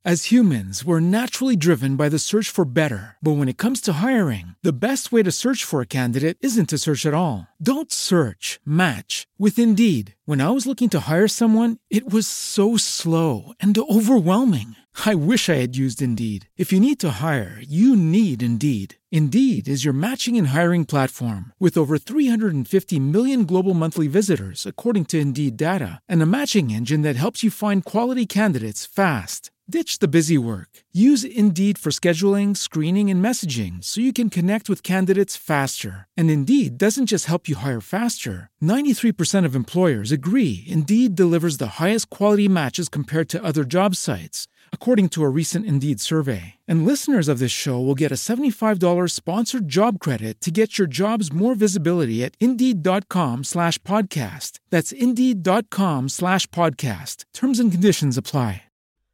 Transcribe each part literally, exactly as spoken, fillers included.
As humans, we're naturally driven by the search for better. But when it comes to hiring, the best way to search for a candidate isn't to search at all. Don't search, match with Indeed. When I was looking to hire someone, it was so slow and overwhelming. I wish I had used Indeed. If you need to hire, you need Indeed. Indeed is your matching and hiring platform with over three hundred fifty million global monthly visitors, according to Indeed data, and a matching engine that helps you find quality candidates fast. Ditch the busy work. Use Indeed for scheduling, screening, and messaging so you can connect with candidates faster. And Indeed doesn't just help you hire faster. ninety-three percent of employers agree Indeed delivers the highest quality matches compared to other job sites, according to a recent Indeed survey. And listeners of this show will get a seventy-five dollars sponsored job credit to get your jobs more visibility at Indeed.com slash podcast. That's Indeed.com slash podcast. Terms and conditions apply.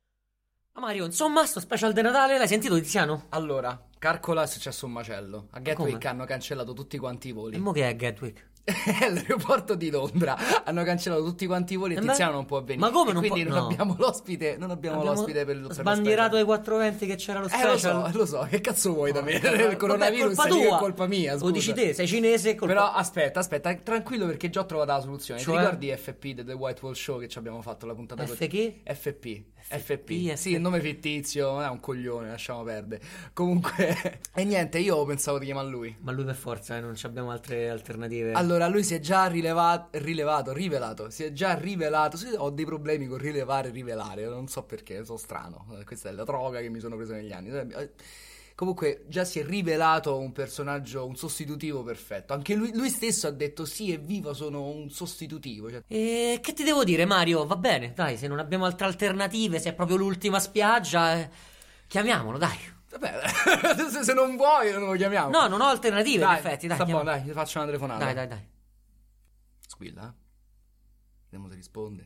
Mario, insomma, sto special di Natale l'hai sentito, Tiziano? Allora, calcola, è successo un macello. A Gatwick hanno cancellato tutti quanti i voli. E mo che è Gatwick? All'aeroporto di Londra hanno cancellato tutti quanti i voli e, e Tiziano non può venire. Ma come non quindi può? non no. abbiamo l'ospite, non abbiamo, abbiamo l'ospite per il sbandierato ai quattrocentoventi che c'era lo special. Eh lo so, lo so, che cazzo vuoi da me? Il coronavirus è mica colpa mia, scusa. Lo dici te, sei cinese, colpa... Però aspetta, aspetta, tranquillo perché già ho trovato la soluzione. Cioè? Ti ricordi F P The White Wall Show che ci abbiamo fatto la puntata F che? F P F P, sì, il nome fittizio, non è un coglione, lasciamo perdere. Comunque, e niente, io pensavo di chiamare lui. Ma lui per forza, eh, non abbiamo altre alternative. Allora, lui si è già rilevato, rilevato, rivelato, si è già rivelato. Sì, ho dei problemi con rilevare e rivelare, non so perché, sono strano. Questa è la droga che mi sono preso negli anni. Comunque già si è rivelato un personaggio, un sostitutivo perfetto. Anche lui, lui stesso ha detto sì, evviva, sono un sostitutivo, cioè... E che ti devo dire, Mario? Va bene, dai, se non abbiamo altre alternative, se è proprio l'ultima spiaggia, eh, chiamiamolo, dai. Vabbè, se, se non vuoi non lo chiamiamo. No, non ho alternative, dai, in effetti, dai. Sta chiamo... buono, dai, ti faccio una telefonata. Dai, dai, dai. Squilla, eh? Vediamo se risponde.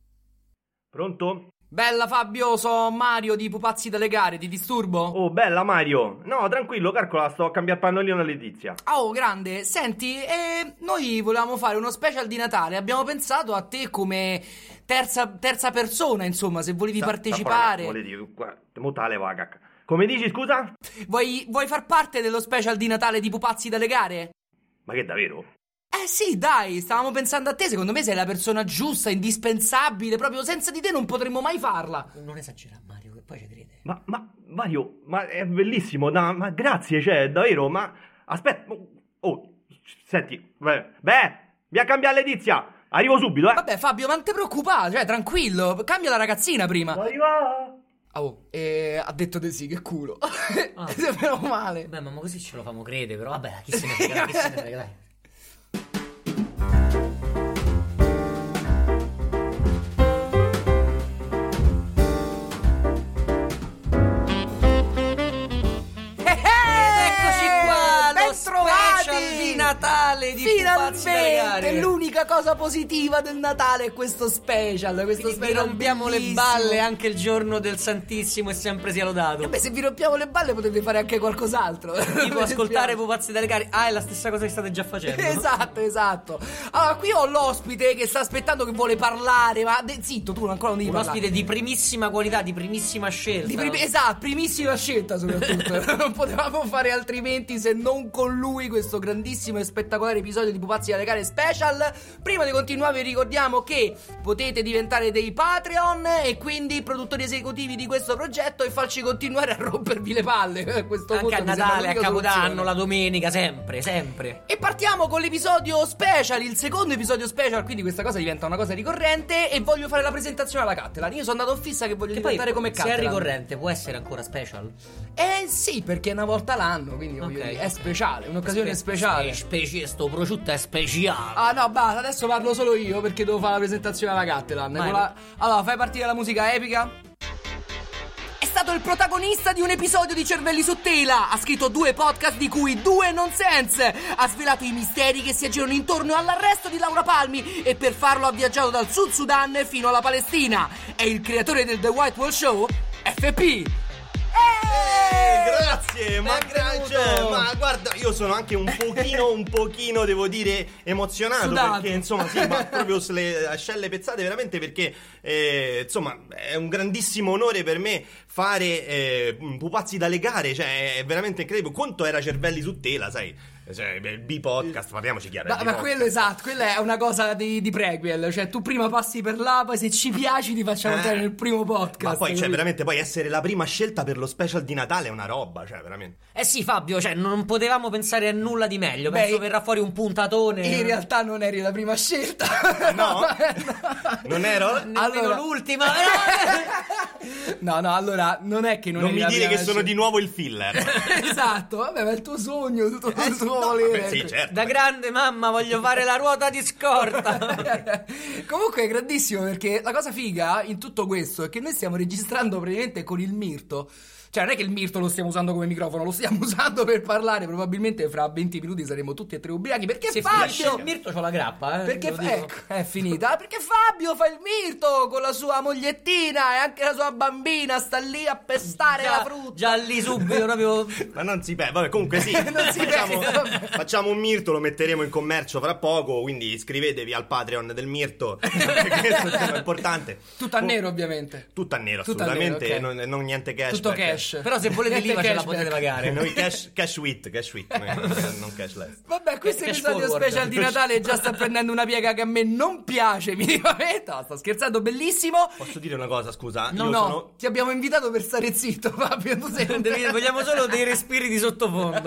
Pronto? Bella Fabio, sono Mario di Pupazzi dalle Gare, ti disturbo? Oh, bella Mario. No, tranquillo, calcola, sto a cambiare pannolino a Letizia. Oh, grande. Senti, eh, noi volevamo fare uno special di Natale. Abbiamo pensato a te come terza, terza persona, insomma, se volevi sta, partecipare. Sta dire, mo tale va, cacca. Come dici, scusa? Vuoi, vuoi far parte dello special di Natale di Pupazzi dalle Gare? Ma che davvero? Eh sì, dai, stavamo pensando a te, secondo me sei la persona giusta, indispensabile, proprio senza di te non potremmo mai farla. Non esagera, Mario, che poi ci crede. Ma, ma, Mario, ma è bellissimo, da, ma grazie, cioè, davvero, ma... Aspetta, oh, senti, beh, beh, mi ha cambiato Letizia, arrivo subito, eh. Vabbè, Fabio, ma non ti preoccupare, cioè, tranquillo, cambia la ragazzina prima. Arriva! Oh, e ha detto di sì, che culo. Ah. Meno male. Beh, ma così ce lo famo credere, però vabbè, chi se ne frega, chi se ne frega, dai. Di Natale di finalmente l'unica cosa positiva del Natale è questo special, questo Quindi special vi rompiamo bellissimo. le balle anche il giorno del Santissimo e sempre sia lodato. E beh, se vi rompiamo le balle potete fare anche qualcos'altro, tipo ascoltare Pupazzi dalle Gare. Ah, è la stessa cosa che state già facendo. Esatto, esatto. Allora, qui ho l'ospite che sta aspettando, che vuole parlare. Ma de- zitto, tu ancora non devi un parlare. ospite di primissima qualità, di primissima scelta, di prim- esatto, primissima scelta soprattutto. Non potevamo fare altrimenti se non con lui questo grandissimo e spettacolare episodio di Pupazzi dalle Gare special. Prima di continuare vi ricordiamo che potete diventare dei Patreon e quindi produttori esecutivi di questo progetto e farci continuare a rompervi le palle a questo anche punto. a Natale, a Capodanno, soluzione. La domenica, sempre, sempre. E partiamo con l'episodio special, il secondo episodio special, quindi questa cosa diventa una cosa ricorrente e voglio fare la presentazione alla Cattelan. Io sono andato in fissa che voglio che diventare poi, come Cattelan. Se è ricorrente può essere ancora special? Eh sì, perché è una volta l'anno, quindi okay, voglio dire, okay. È speciale, un'occasione Spe- speciale. Specie, sto prosciutto è speciale. Ah no, basta, adesso parlo solo io perché devo fare la presentazione alla Cattelan. La... Allora, fai partire la musica epica. È stato il protagonista di un episodio di Cervelli su Tela. Ha scritto due podcast di cui due nonsense. Ha svelato i misteri che si aggirano intorno all'arresto di Laura Palmi e per farlo ha viaggiato dal Sud Sudan fino alla Palestina. È il creatore del The White Wall Show, F P. Eh, grazie, ma Benvenuto. grazie, ma guarda, io sono anche un pochino, un pochino, devo dire, emozionato. Sudato. Perché, insomma, sì, ma proprio sulle ascelle pezzate, veramente, perché, eh, insomma, è un grandissimo onore per me fare eh, pupazzi da legare, cioè, è veramente incredibile. Conto era cervelli su tela, sai? Cioè, il B-podcast, parliamoci chiaro. Ma, il ma B-podcast. quello esatto, quella è una cosa di, di prequel. Cioè, tu prima passi per là, poi se ci piaci ti facciamo Eh. entrare nel primo podcast. Ma poi, cioè, capito? veramente, poi essere la prima scelta per lo special di Natale è una roba, cioè, veramente. Eh sì, Fabio, cioè non potevamo pensare a nulla di meglio. Beh, Penso verrà fuori un puntatone. In realtà non eri la prima scelta. No? Non ero? Nemmeno Allora- l'ultima. No, no, allora non è che non, Non eri mi la dire prima che sono scelta. di nuovo il filler. Esatto, vabbè, ma è il tuo sogno, tutto il Eh, tuo no, volere. vabbè, sì, certo. Da grande mamma voglio fare la ruota di scorta. Comunque è grandissimo perché la cosa figa in tutto questo è che noi stiamo registrando praticamente con il mirto. Cioè non è che il mirto lo stiamo usando come microfono, lo stiamo usando per parlare. Probabilmente fra venti minuti saremo tutti e tre ubriachi. Perché Se Fabio? il Mirto c'ho la grappa, eh. Perché lo fa- dico. ecco, è finita. Perché Fabio fa il mirto con la sua mogliettina e anche la sua bambina sta lì a pestare Già- la frutta. Già lì subito proprio. Ma non si perde, vabbè, comunque sì. Non si facciamo, perde, vabbè. facciamo un Mirto, lo metteremo in commercio fra poco, quindi iscrivetevi al Patreon del Mirto, perché questo è importante. Tutto a nero ovviamente. Tutto a nero, Tutto a nero, assolutamente, ok. non, non niente cash. Tutto cash. Però se volete l'I V A ce la Cashback. potete pagare. Noi cash, cash with, cash with, non non cashless. Vabbè, questo Cash episodio forward. special di Natale già sta prendendo una piega che a me non piace minimamente. No, sto scherzando, bellissimo. Posso dire una cosa, scusa? No, Io no, sono... ti abbiamo invitato per stare zitto, Fabio. Tu sei un Devi- Vogliamo solo dei respiri di sottofondo.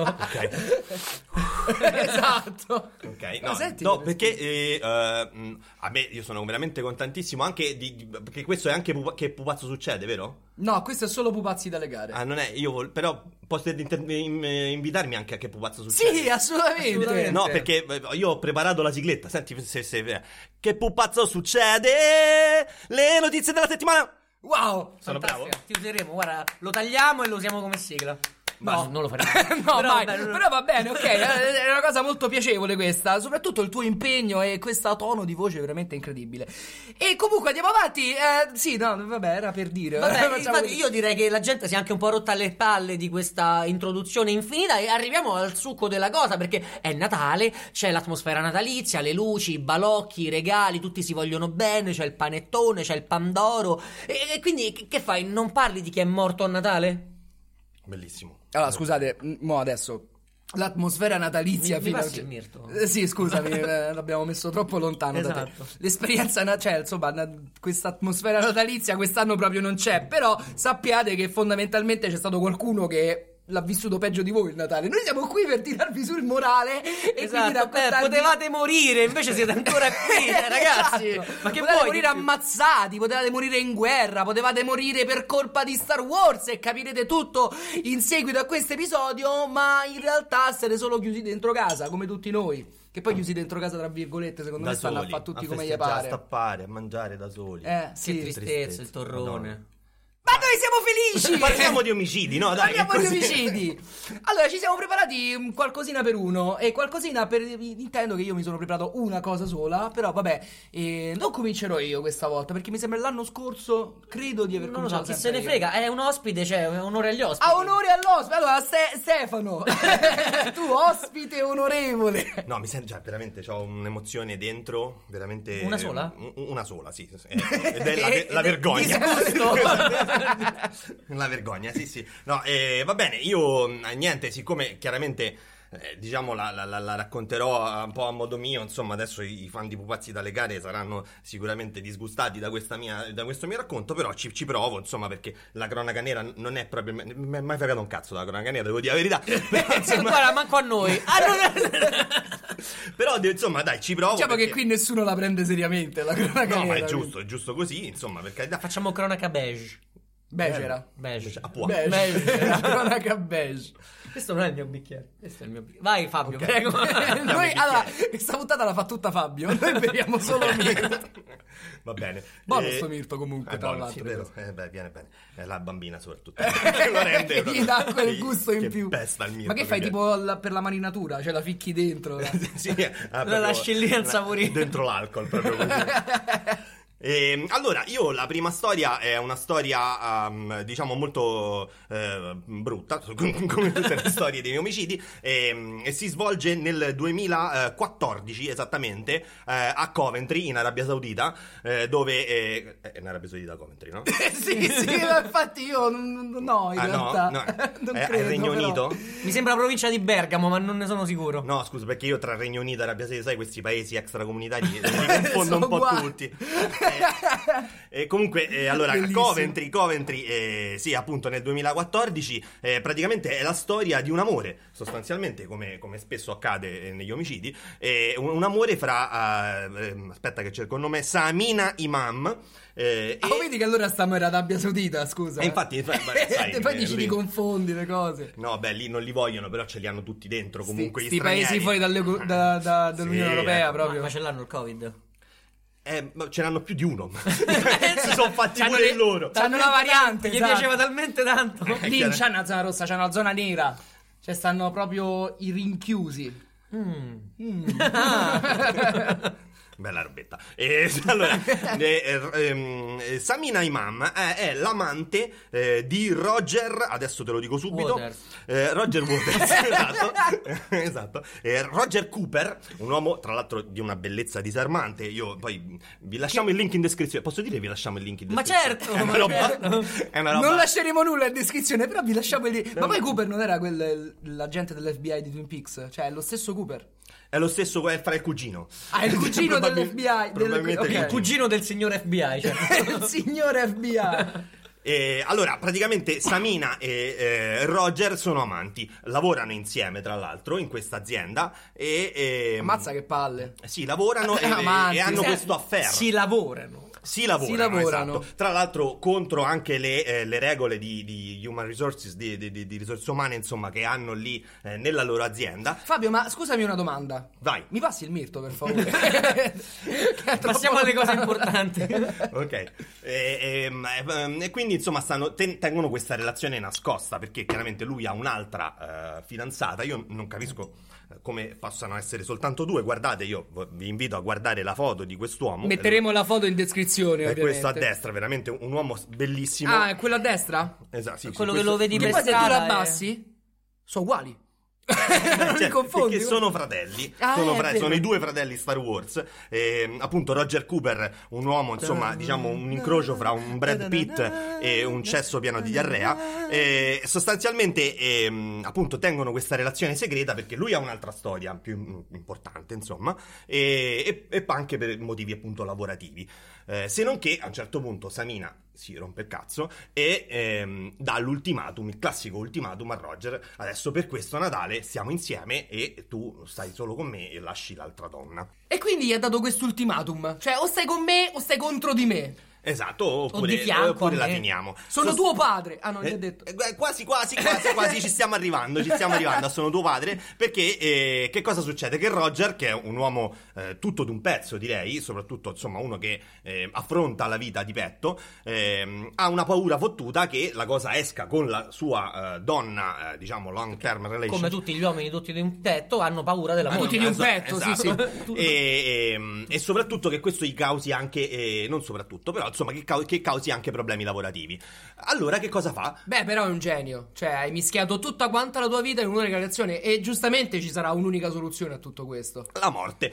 Ok, Esatto. ok, Ma no, senti no che- perché eh, eh, mh, a me io sono veramente contentissimo anche di, di- perché questo è anche pupa- che pupazzo succede, vero? No, questo è solo pupazzi da legare. Ah, non è, io vol- però potete inter- in- eh, invitarmi anche a che pupazzo succede. Sì, assolutamente. Assolutamente. No, perché eh, io ho preparato la sigletta. Senti se, se- che pupazzo succede? Le notizie della settimana. Wow. Sono bravo? Fantastico. Ti useremo, guarda, lo tagliamo e lo usiamo come sigla. No. non lo faremo. No, Però, mai. vabbè, non- Però va bene, ok. È una cosa molto piacevole questa. Soprattutto il tuo impegno e questo tono di voce veramente incredibile. E comunque andiamo avanti. Eh, sì, no, vabbè, era per dire. Vabbè, Facciamo infatti così. io direi che la gente si è anche un po' rotta le palle di questa introduzione infinita e arriviamo al succo della cosa, perché è Natale, c'è l'atmosfera natalizia, le luci, i balocchi, i regali, tutti si vogliono bene, c'è il panettone, c'è il pandoro e, e quindi che, che fai? Non parli di chi è morto a Natale? Bellissimo. Allora, scusate, m- mo adesso. L'atmosfera natalizia Mi- mi fino a- passi il mirto? Eh, sì, scusami, eh, l'abbiamo messo troppo lontano da te. Esatto. L'esperienza, na- cioè, insomma, na- questa atmosfera natalizia quest'anno proprio non c'è. Però sappiate che fondamentalmente c'è stato qualcuno che l'ha vissuto peggio di voi il Natale. Noi siamo qui per tirarvi sul morale e quindi Esatto, beh, raccontarvi... potevate morire, invece siete ancora qui, eh, ragazzi. Esatto. Ma che potevate vuoi? morire di più? ammazzati, potevate morire in guerra, potevate morire per colpa di Star Wars e capirete tutto in seguito a questo episodio, ma in realtà siete solo chiusi dentro casa, come tutti noi. Che poi chiusi dentro casa tra virgolette, secondo Da me stanno soli, a fare tutti a come gli festeggiare, pare. a stappare, a mangiare da soli. Eh, Che sì. tristezza, il torrone. Madonna. Ma noi siamo felici! Parliamo di omicidi, no? Dai, Parliamo che di così- omicidi. Allora, ci siamo preparati mm, qualcosina per uno. E qualcosina per. Intendo che io mi sono preparato una cosa sola. Però, vabbè, eh, non comincerò io questa volta. Perché mi sembra l'anno scorso. Credo di aver Non lo so, cominciato. chi se sempre ne io. frega, è un ospite, cioè onore agli ospiti. A onore all'ospite. Allora, Ste- Stefano, tu ospite onorevole. No, mi sento, cioè, veramente, ho un'emozione dentro, veramente... Una sola? un- Una sola, sì. Ed è la, la Ed è- vergogna. Giusto. La vergogna, sì, sì. No, eh, va bene, io, mh, niente, siccome chiaramente... eh, diciamo la, la- la- la racconterò un po' a modo mio, insomma adesso i, i fan di Pupazzi da legare saranno sicuramente disgustati da, questa mia, da questo mio racconto, però ci, ci provo, insomma, perché la cronaca nera non è proprio, mi è mai fregato un cazzo la cronaca nera, devo dire la verità. Però, insomma, Guarda, manco a noi. Ah, non però insomma dai, ci provo, Diciamo perché- che qui nessuno la prende seriamente la cronaca no, ma è nera, giusto, è giusto così, insomma, per carità. Facciamo cronaca beige. Becera. Beige. A può. Beige. Beige. La cronaca beige. Questo non è il mio bicchiere. Questo è il mio bicchiere. Vai, Fabio, Ok. prego. Noi, allora, questa puntata la fa tutta Fabio. Noi beviamo solo Mirto. Va bene. Buono Eh, sto Mirto comunque, eh, tra buono, l'altro. sì, vero. Eh, beh, viene bene. È la bambina soprattutto. Che lo rende Che proprio- gli dà quel che- gusto in che più. pesta il Mirto, Ma che fai che- tipo la- per la marinatura? Cioè la ficchi dentro? sì, ah, proprio- lasci lì a insaporire. dentro l'alcol proprio così. E, allora, io la prima storia è una storia, um, diciamo, molto uh, brutta, come tutte le storie dei miei omicidi, e, e si svolge nel duemilaquattordici, esattamente, uh, a Coventry, in Arabia Saudita, uh, dove... Eh, è in Arabia Saudita Coventry, no? sì, sì, infatti io n- no, in ah, realtà. No, no. non È, credo, è Regno però. Unito? Mi sembra la provincia di Bergamo, ma non ne sono sicuro. No, scusa, perché io tra Regno Unito e Arabia Saudita, sai, questi paesi extracomunitari li confondo un Sono po' uguali. tutti. E, e comunque, eh, allora, Bellissimo. Coventry, Coventry, eh, sì, appunto nel duemilaquattordici, eh, praticamente è la storia di un amore, sostanzialmente, come, come spesso accade eh, negli omicidi, eh, un, un amore fra, eh, aspetta che cerco il nome, Samina Imam. Eh, Ah, e, vedi che allora stiamo in Arabia Saudita, scusa. e infatti, beh, sai, e poi eh, dici lì- li confondi le cose. No, beh, lì non li vogliono, però ce li hanno tutti dentro, comunque Sti gli paesi stranieri. fuori dalle- da- da- dall'Unione Sì, Europea eh. proprio. Ma, ma ce l'hanno il Covid? Eh, ma ce n'hanno più di uno. Si sono fatti C'hanno pure le- loro. C'hanno una variante, Gli esatto. piaceva talmente tanto. Lì non c'è una zona rossa, c'è una zona nera. Cioè stanno proprio i rinchiusi. Bella robetta. E, allora, eh, eh, ehm, eh, Samina Imam è, è l'amante eh, di Roger, adesso te lo dico subito. Waters. Eh, Roger Waters, esatto. esatto. Eh, Roger Cooper, un uomo tra l'altro di una bellezza disarmante. Io poi vi lasciamo il link in descrizione. Posso dire vi lasciamo il link in Ma descrizione? certo, È una ma roba, certo. è una roba. Non lasceremo nulla in descrizione, però vi lasciamo lì. Ma poi Cooper non era quel, l'agente dell'F B I di Twin Peaks? Cioè, è lo stesso Cooper. È lo stesso, è fra il cugino. Ah, è il cugino Probabil- dell'F B I. Del, probabilmente ok. il Il cugino. cugino del signor F B I, cioè. il signore F B I. Eh, allora, praticamente Samina e eh, Roger sono amanti, lavorano insieme tra l'altro in questa azienda e... e Ammazza che palle. Sì, lavorano e, Amanti. e hanno Sì. questo affair. Si lavorano. Si lavorano, Si lavorano. esatto. Tra l'altro contro anche le, eh, le regole di, di human resources, di, di, di- di risorse umane, insomma, che hanno lì eh, nella loro azienda. Fabio, ma scusami una domanda. Vai. Mi passi il mirto, per favore? Che è Passiamo troppo alle cose lontano. importanti. Ok, e, ehm, ehm, e quindi insomma stanno, ten- tengono questa relazione nascosta perché chiaramente lui ha un'altra eh, fidanzata. Io non capisco eh, come possano essere soltanto due. Guardate, io v- vi invito a guardare la foto di quest'uomo. Metteremo la foto in descrizione, è ovviamente. questo a destra, veramente un uomo bellissimo. Ah, è quello a destra? Esatto, sì, sì, Quello che questo- lo vedi Che per poi se tu strada la è- abbassi, sono uguali. non li Cioè, confondi. perché sono fratelli, Ah, sono, è fra- vero. sono i due fratelli Star Wars. E, appunto, Roger Cooper, un uomo, insomma, diciamo un incrocio fra un Brad Pitt e un cesso pieno di diarrea. E sostanzialmente, ehm, appunto, tengono questa relazione segreta perché lui ha un'altra storia più mm, importante, insomma, e, e- e anche per motivi appunto lavorativi. Eh, se non che a un certo punto Samina si rompe il cazzo e ehm, dà l'ultimatum, il classico ultimatum a Roger: adesso per questo Natale stiamo insieme e tu stai solo con me e lasci l'altra donna. E quindi gli ha dato quest'ultimatum. Cioè, o stai con me o stai contro di me. Esatto, oppure, di fianco oppure a la me. finiamo. Sono Sost- tuo padre. Ah, non gli Eh, ha detto. eh, quasi quasi quasi quasi ci stiamo arrivando ci stiamo arrivando a sono tuo padre perché eh, che cosa succede? Che Roger, che è un uomo eh, tutto d'un pezzo, direi, soprattutto insomma uno che eh, affronta la vita di petto, ehm, ha una paura fottuta che la cosa esca con la sua eh, donna, eh, diciamo long term relation. Come tutti gli uomini, tutti di un petto, hanno paura della Ah, moglie. tutti di un Esatto, petto, sì, esatto. sì. E, e, e soprattutto che questo gli causi anche eh, non soprattutto, però insomma che, cau- che causi anche problemi lavorativi. Allora che cosa fa? Beh, però è un genio. Cioè, hai mischiato tutta quanta la tua vita in un'unica reazione. E giustamente ci sarà un'unica soluzione a tutto questo. La morte.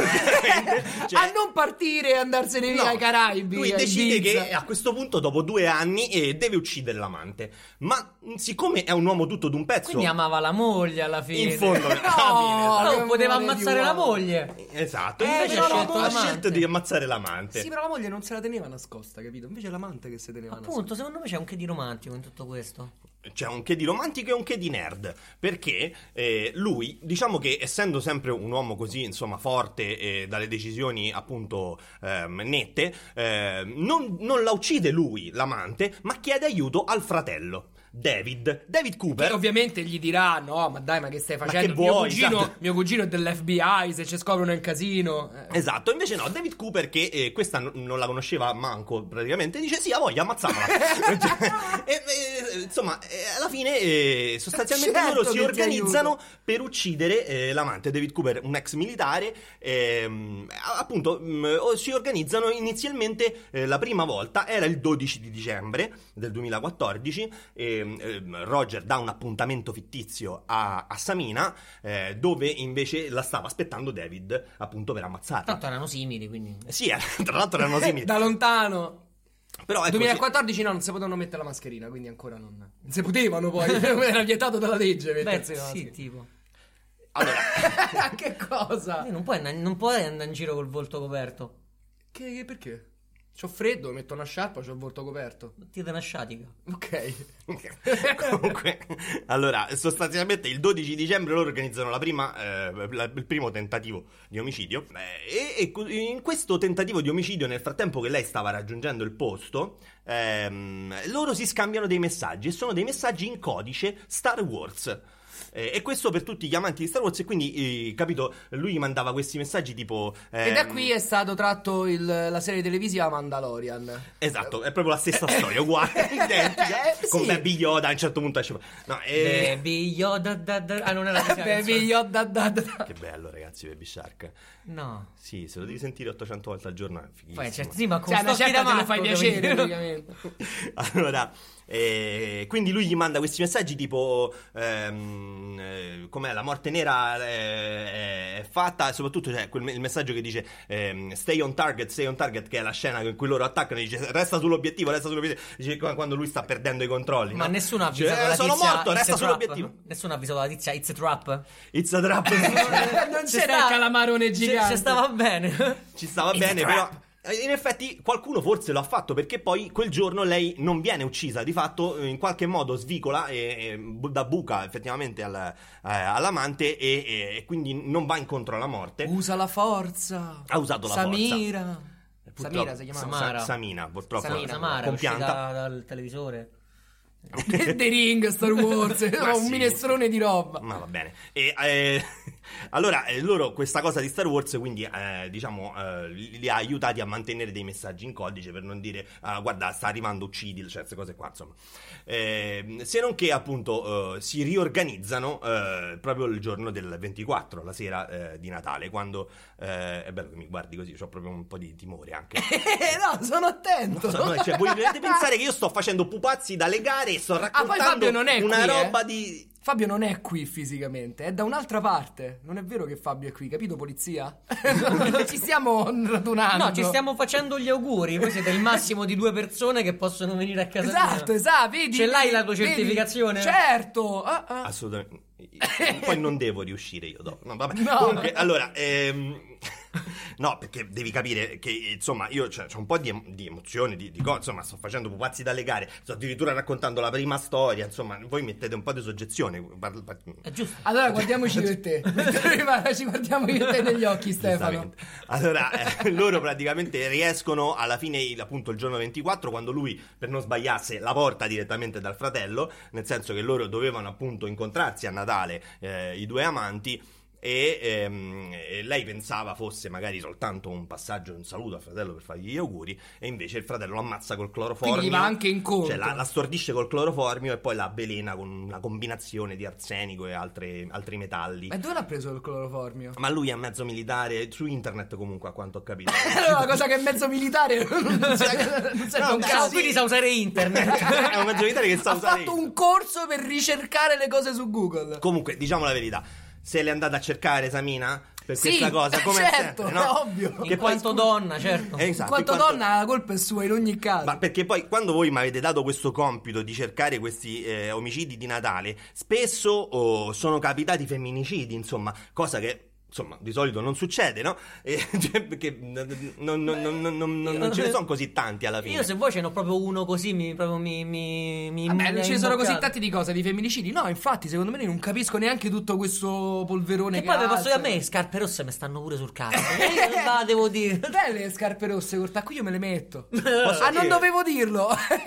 Cioè, A non partire e andarsene via no, ai Caraibi. lui a decide Ibiza. che a questo punto dopo due anni eh, deve uccidere l'amante, ma mh, siccome è un uomo tutto d'un pezzo, Quindi amava la moglie alla fine. in fondo alla No, fine, No, poteva amore di ammazzare la uomo. moglie. esatto, Eh, invece però ha no, scelto, ha l'amante. scelto di ammazzare l'amante. Sì, però la moglie non se la teneva nascosta, capito? Invece è l'amante che si teneva nascosta. Appunto, secondo me c'è un che di romantico in tutto questo. C'è un che di romantico e un che di nerd, perché eh, lui, diciamo che essendo sempre un uomo così, insomma, forte e dalle decisioni appunto ehm, nette, eh, non, non la uccide lui, l'amante, ma chiede aiuto al fratello. David David Cooper. Che ovviamente gli dirà: no, ma dai, ma che stai facendo? che mio, vuoi, cugino, esatto. mio cugino è dell'F B I, se ci scoprono è un casino. Eh. Esatto, invece no, David Cooper, che eh, questa n- non la conosceva manco praticamente, dice sì, a voglia, ammazzamola. e, e, insomma, eh, alla fine eh, sostanzialmente Certo loro si che ti organizzano aiuto. per uccidere eh, l'amante. David Cooper, un ex militare, ehm, appunto mh, si organizzano inizialmente, eh, la prima volta era il dodici di dicembre del duemilaquattordici, e, eh, Roger dà un appuntamento fittizio a, a Samina, eh, dove invece la stava aspettando David, appunto, per ammazzarla. Tanto erano simili, quindi. Sì, eh, tra l'altro erano simili. Da lontano. Però ecco, duemilaquattordici no, non si potevano mettere la mascherina, quindi ancora non. Non si potevano poi, era vietato dalla legge Beh, mettersi la sì, mascherina. tipo. allora, Che cosa? Eh, Non puoi, non puoi andare in giro col volto coperto. Che, che perché? C'ho freddo, metto una sciarpa, c'ho il volto coperto. Ti dà una sciatica. Ok. comunque, allora, sostanzialmente il dodici dicembre loro organizzano la prima, eh, la- il primo tentativo di omicidio. Eh, e, e cu- in questo tentativo di omicidio, nel frattempo che lei stava raggiungendo il posto, ehm, loro si scambiano dei messaggi, e sono dei messaggi in codice Star Wars. Eh, e questo per tutti gli amanti di Star Wars, e quindi, eh, capito, lui gli mandava questi messaggi tipo... E da ehm, qui è stato tratto il- la serie televisiva Mandalorian. Esatto, è proprio la stessa storia, uguale, identica, Eh, con sì. Baby Yoda a un certo punto esce... No, eh, Baby Yoda da, da. Ah, non era la Baby Yoda da da. Che bello, ragazzi, Baby Shark. No. Sì, se lo devi sentire ottocento volte al giorno è fighissimo. Poi, certo, sì, ma con Cioè, una stocchi certa da te lo matto, fai devo piacere, dire. praticamente. Allora, eh, quindi lui gli manda questi messaggi tipo ehm, eh, com'è, la morte nera eh, è fatta, e soprattutto c'è quel, il messaggio che dice ehm, stay on target, stay on target, che è la scena in cui loro attaccano e dice resta sull'obiettivo, resta sull'obiettivo, dice quando lui sta perdendo i controlli, Ma no? nessuno ha Dice, avvisato "Eh, la sono tizia, morto, it's resta a trap". sull'obiettivo. Nessuno ha avvisato la tizia, it's a trap. It's a trap. Non Ci c'era sta- il calamarone ci- gigante. Ci stava bene. Ci stava It's bene, a però trap. eh, in effetti qualcuno forse lo ha fatto, perché poi quel giorno lei non viene uccisa, di fatto in qualche modo svicola e, e bu- da buca effettivamente al, eh, all'amante e, e- e quindi non va incontro alla morte. Usa la forza. Ha usato la Samira. forza. Purtroppo- Samira si chiamava. Samara. Sa- Samina, purtroppo Samina, Samara, compianta. uscita dal televisore. The Ring, Star Wars, Ma un sì. minestrone di roba. Ma va bene. E, eh, allora, eh, loro questa cosa di Star Wars, quindi, eh, diciamo, eh, li, li ha aiutati a mantenere dei messaggi in codice per non dire, ah, guarda, sta arrivando, uccidi, cioè queste cose qua, insomma. Eh, se non che, appunto, eh, si riorganizzano eh, proprio il giorno del ventiquattro, la sera eh, di Natale, quando... eh, è bello che mi guardi così, ho proprio un po' di timore anche. Eh, no, sono attento. No, cioè, voi dovete pensare che io sto facendo pupazzi da legare e sto Ah, poi raccontando Fabio non è una qui, eh. roba di... Fabio non è qui fisicamente, è da un'altra parte. Non è vero che Fabio è qui, capito, polizia? Ci stiamo radunando. No, ci stiamo facendo gli auguri. Voi siete il massimo di due persone che possono venire a casa Esatto, mia. esatto, vedi? Ce l'hai la tua vedi? certificazione? Certo. Ah, ah. Assolutamente. Poi non devo riuscire io dopo. No, vabbè. No. Comunque, allora, ehm... no, perché devi capire che, insomma, io cioè, c'ho un po' di, em- di emozioni, di, di cose, insomma, sto facendo pupazzi dalle gare, sto addirittura raccontando la prima storia, insomma, voi mettete un po' di soggezione. Parla- par- È giusto. Allora guardiamoci io e te. Prima ci guardiamo io e te negli occhi, Stefano. Giustamente. Allora, eh, loro praticamente riescono alla fine, il- appunto, il giorno ventiquattro, quando lui, per non sbagliarsi, la porta direttamente dal fratello, nel senso che loro dovevano appunto incontrarsi a Natale, eh, i due amanti. E, ehm, e lei pensava fosse magari soltanto un passaggio, un saluto al fratello per fargli gli auguri, e invece il fratello lo ammazza col cloroformio. Quindi gli va anche incontro. Cioè la, la stordisce col cloroformio e poi la avvelena con una combinazione di arsenico e altre- altri metalli. Ma dove l'ha preso il cloroformio? Ma lui è mezzo militare, su internet comunque, a quanto ho capito. Allora, una cosa che è mezzo militare non serve, non serve No, un beh, cazzo. Ah, quindi sa usare internet. È un mezzo militare che sa Ha usare fatto un corso per ricercare le cose su Google. Comunque, diciamo la verità, se l'è andata a cercare Samina per Sì, questa cosa, come certo, sempre, no? è ovvio. In Che poi, quanto scusa- donna, certo. Eh, In esatto, quanto in quanto- donna la colpa è sua in ogni caso. Ma perché poi quando voi mi avete dato questo compito di cercare questi eh, omicidi di Natale, spesso oh, sono capitati femminicidi, insomma, cosa che insomma, di solito non succede, no? E, cioè, perché non, non, non, non, non, non, non ce ne sono così tanti alla fine. Io se vuoi ce n'ho proprio uno così, mi proprio mi... mi, mi Vabbè, non mi ce ne ha sono così imboccato. tanti di cose, di femminicidi. No, infatti, secondo me io non capisco neanche tutto questo polverone Che che poi vi posso alza. dire, a me le scarpe rosse mi stanno pure sul cazzo. Io non la devo dire. Belle le scarpe rosse, corta, qui io me le metto. Posso Ah, dire- non dovevo dirlo.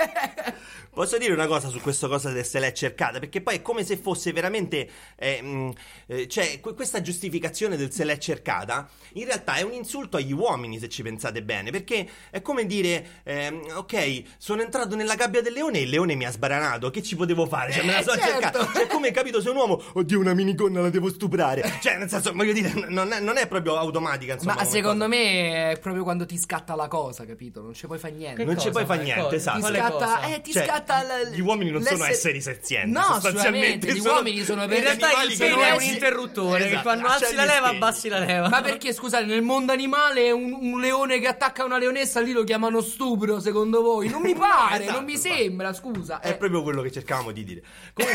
Posso dire una cosa su questa cosa del se l'è cercata? Perché poi è come se fosse veramente eh, mh, eh, cioè que- questa giustificazione del se l'è cercata in realtà è un insulto agli uomini, se ci pensate bene, perché è come dire ehm, ok, sono entrato nella gabbia del leone e il leone mi ha sbaranato, che ci potevo fare? Cioè me la Eh, so certo. cercata. Cioè come, capito, se un uomo, oddio, una minigonna la devo stuprare, cioè nel senso, voglio dire, non è, non è proprio automatica, insomma. Ma come secondo cosa. me è proprio quando ti scatta la cosa, capito? Non ci puoi fare niente. Che non ci cosa puoi fare fai? niente, Cosa? esatto. Ti Quale scatta, cosa? eh, ti Cioè, scatta l- gli uomini non sono l'essere- esseri senzienti, No, sostanzialmente assolutamente, gli sono uomini sono degli In realtà animali il che pene non è un si- interruttore che Esatto, quando lascia alzi la gli leva, spegni. abbassi la leva. Ma perché, scusate, nel mondo animale un, un leone che attacca una leonessa lì lo chiamano stupro, secondo voi? Non mi pare, esatto, non mi infatti. sembra, scusa. È Eh. proprio quello che cercavamo di dire.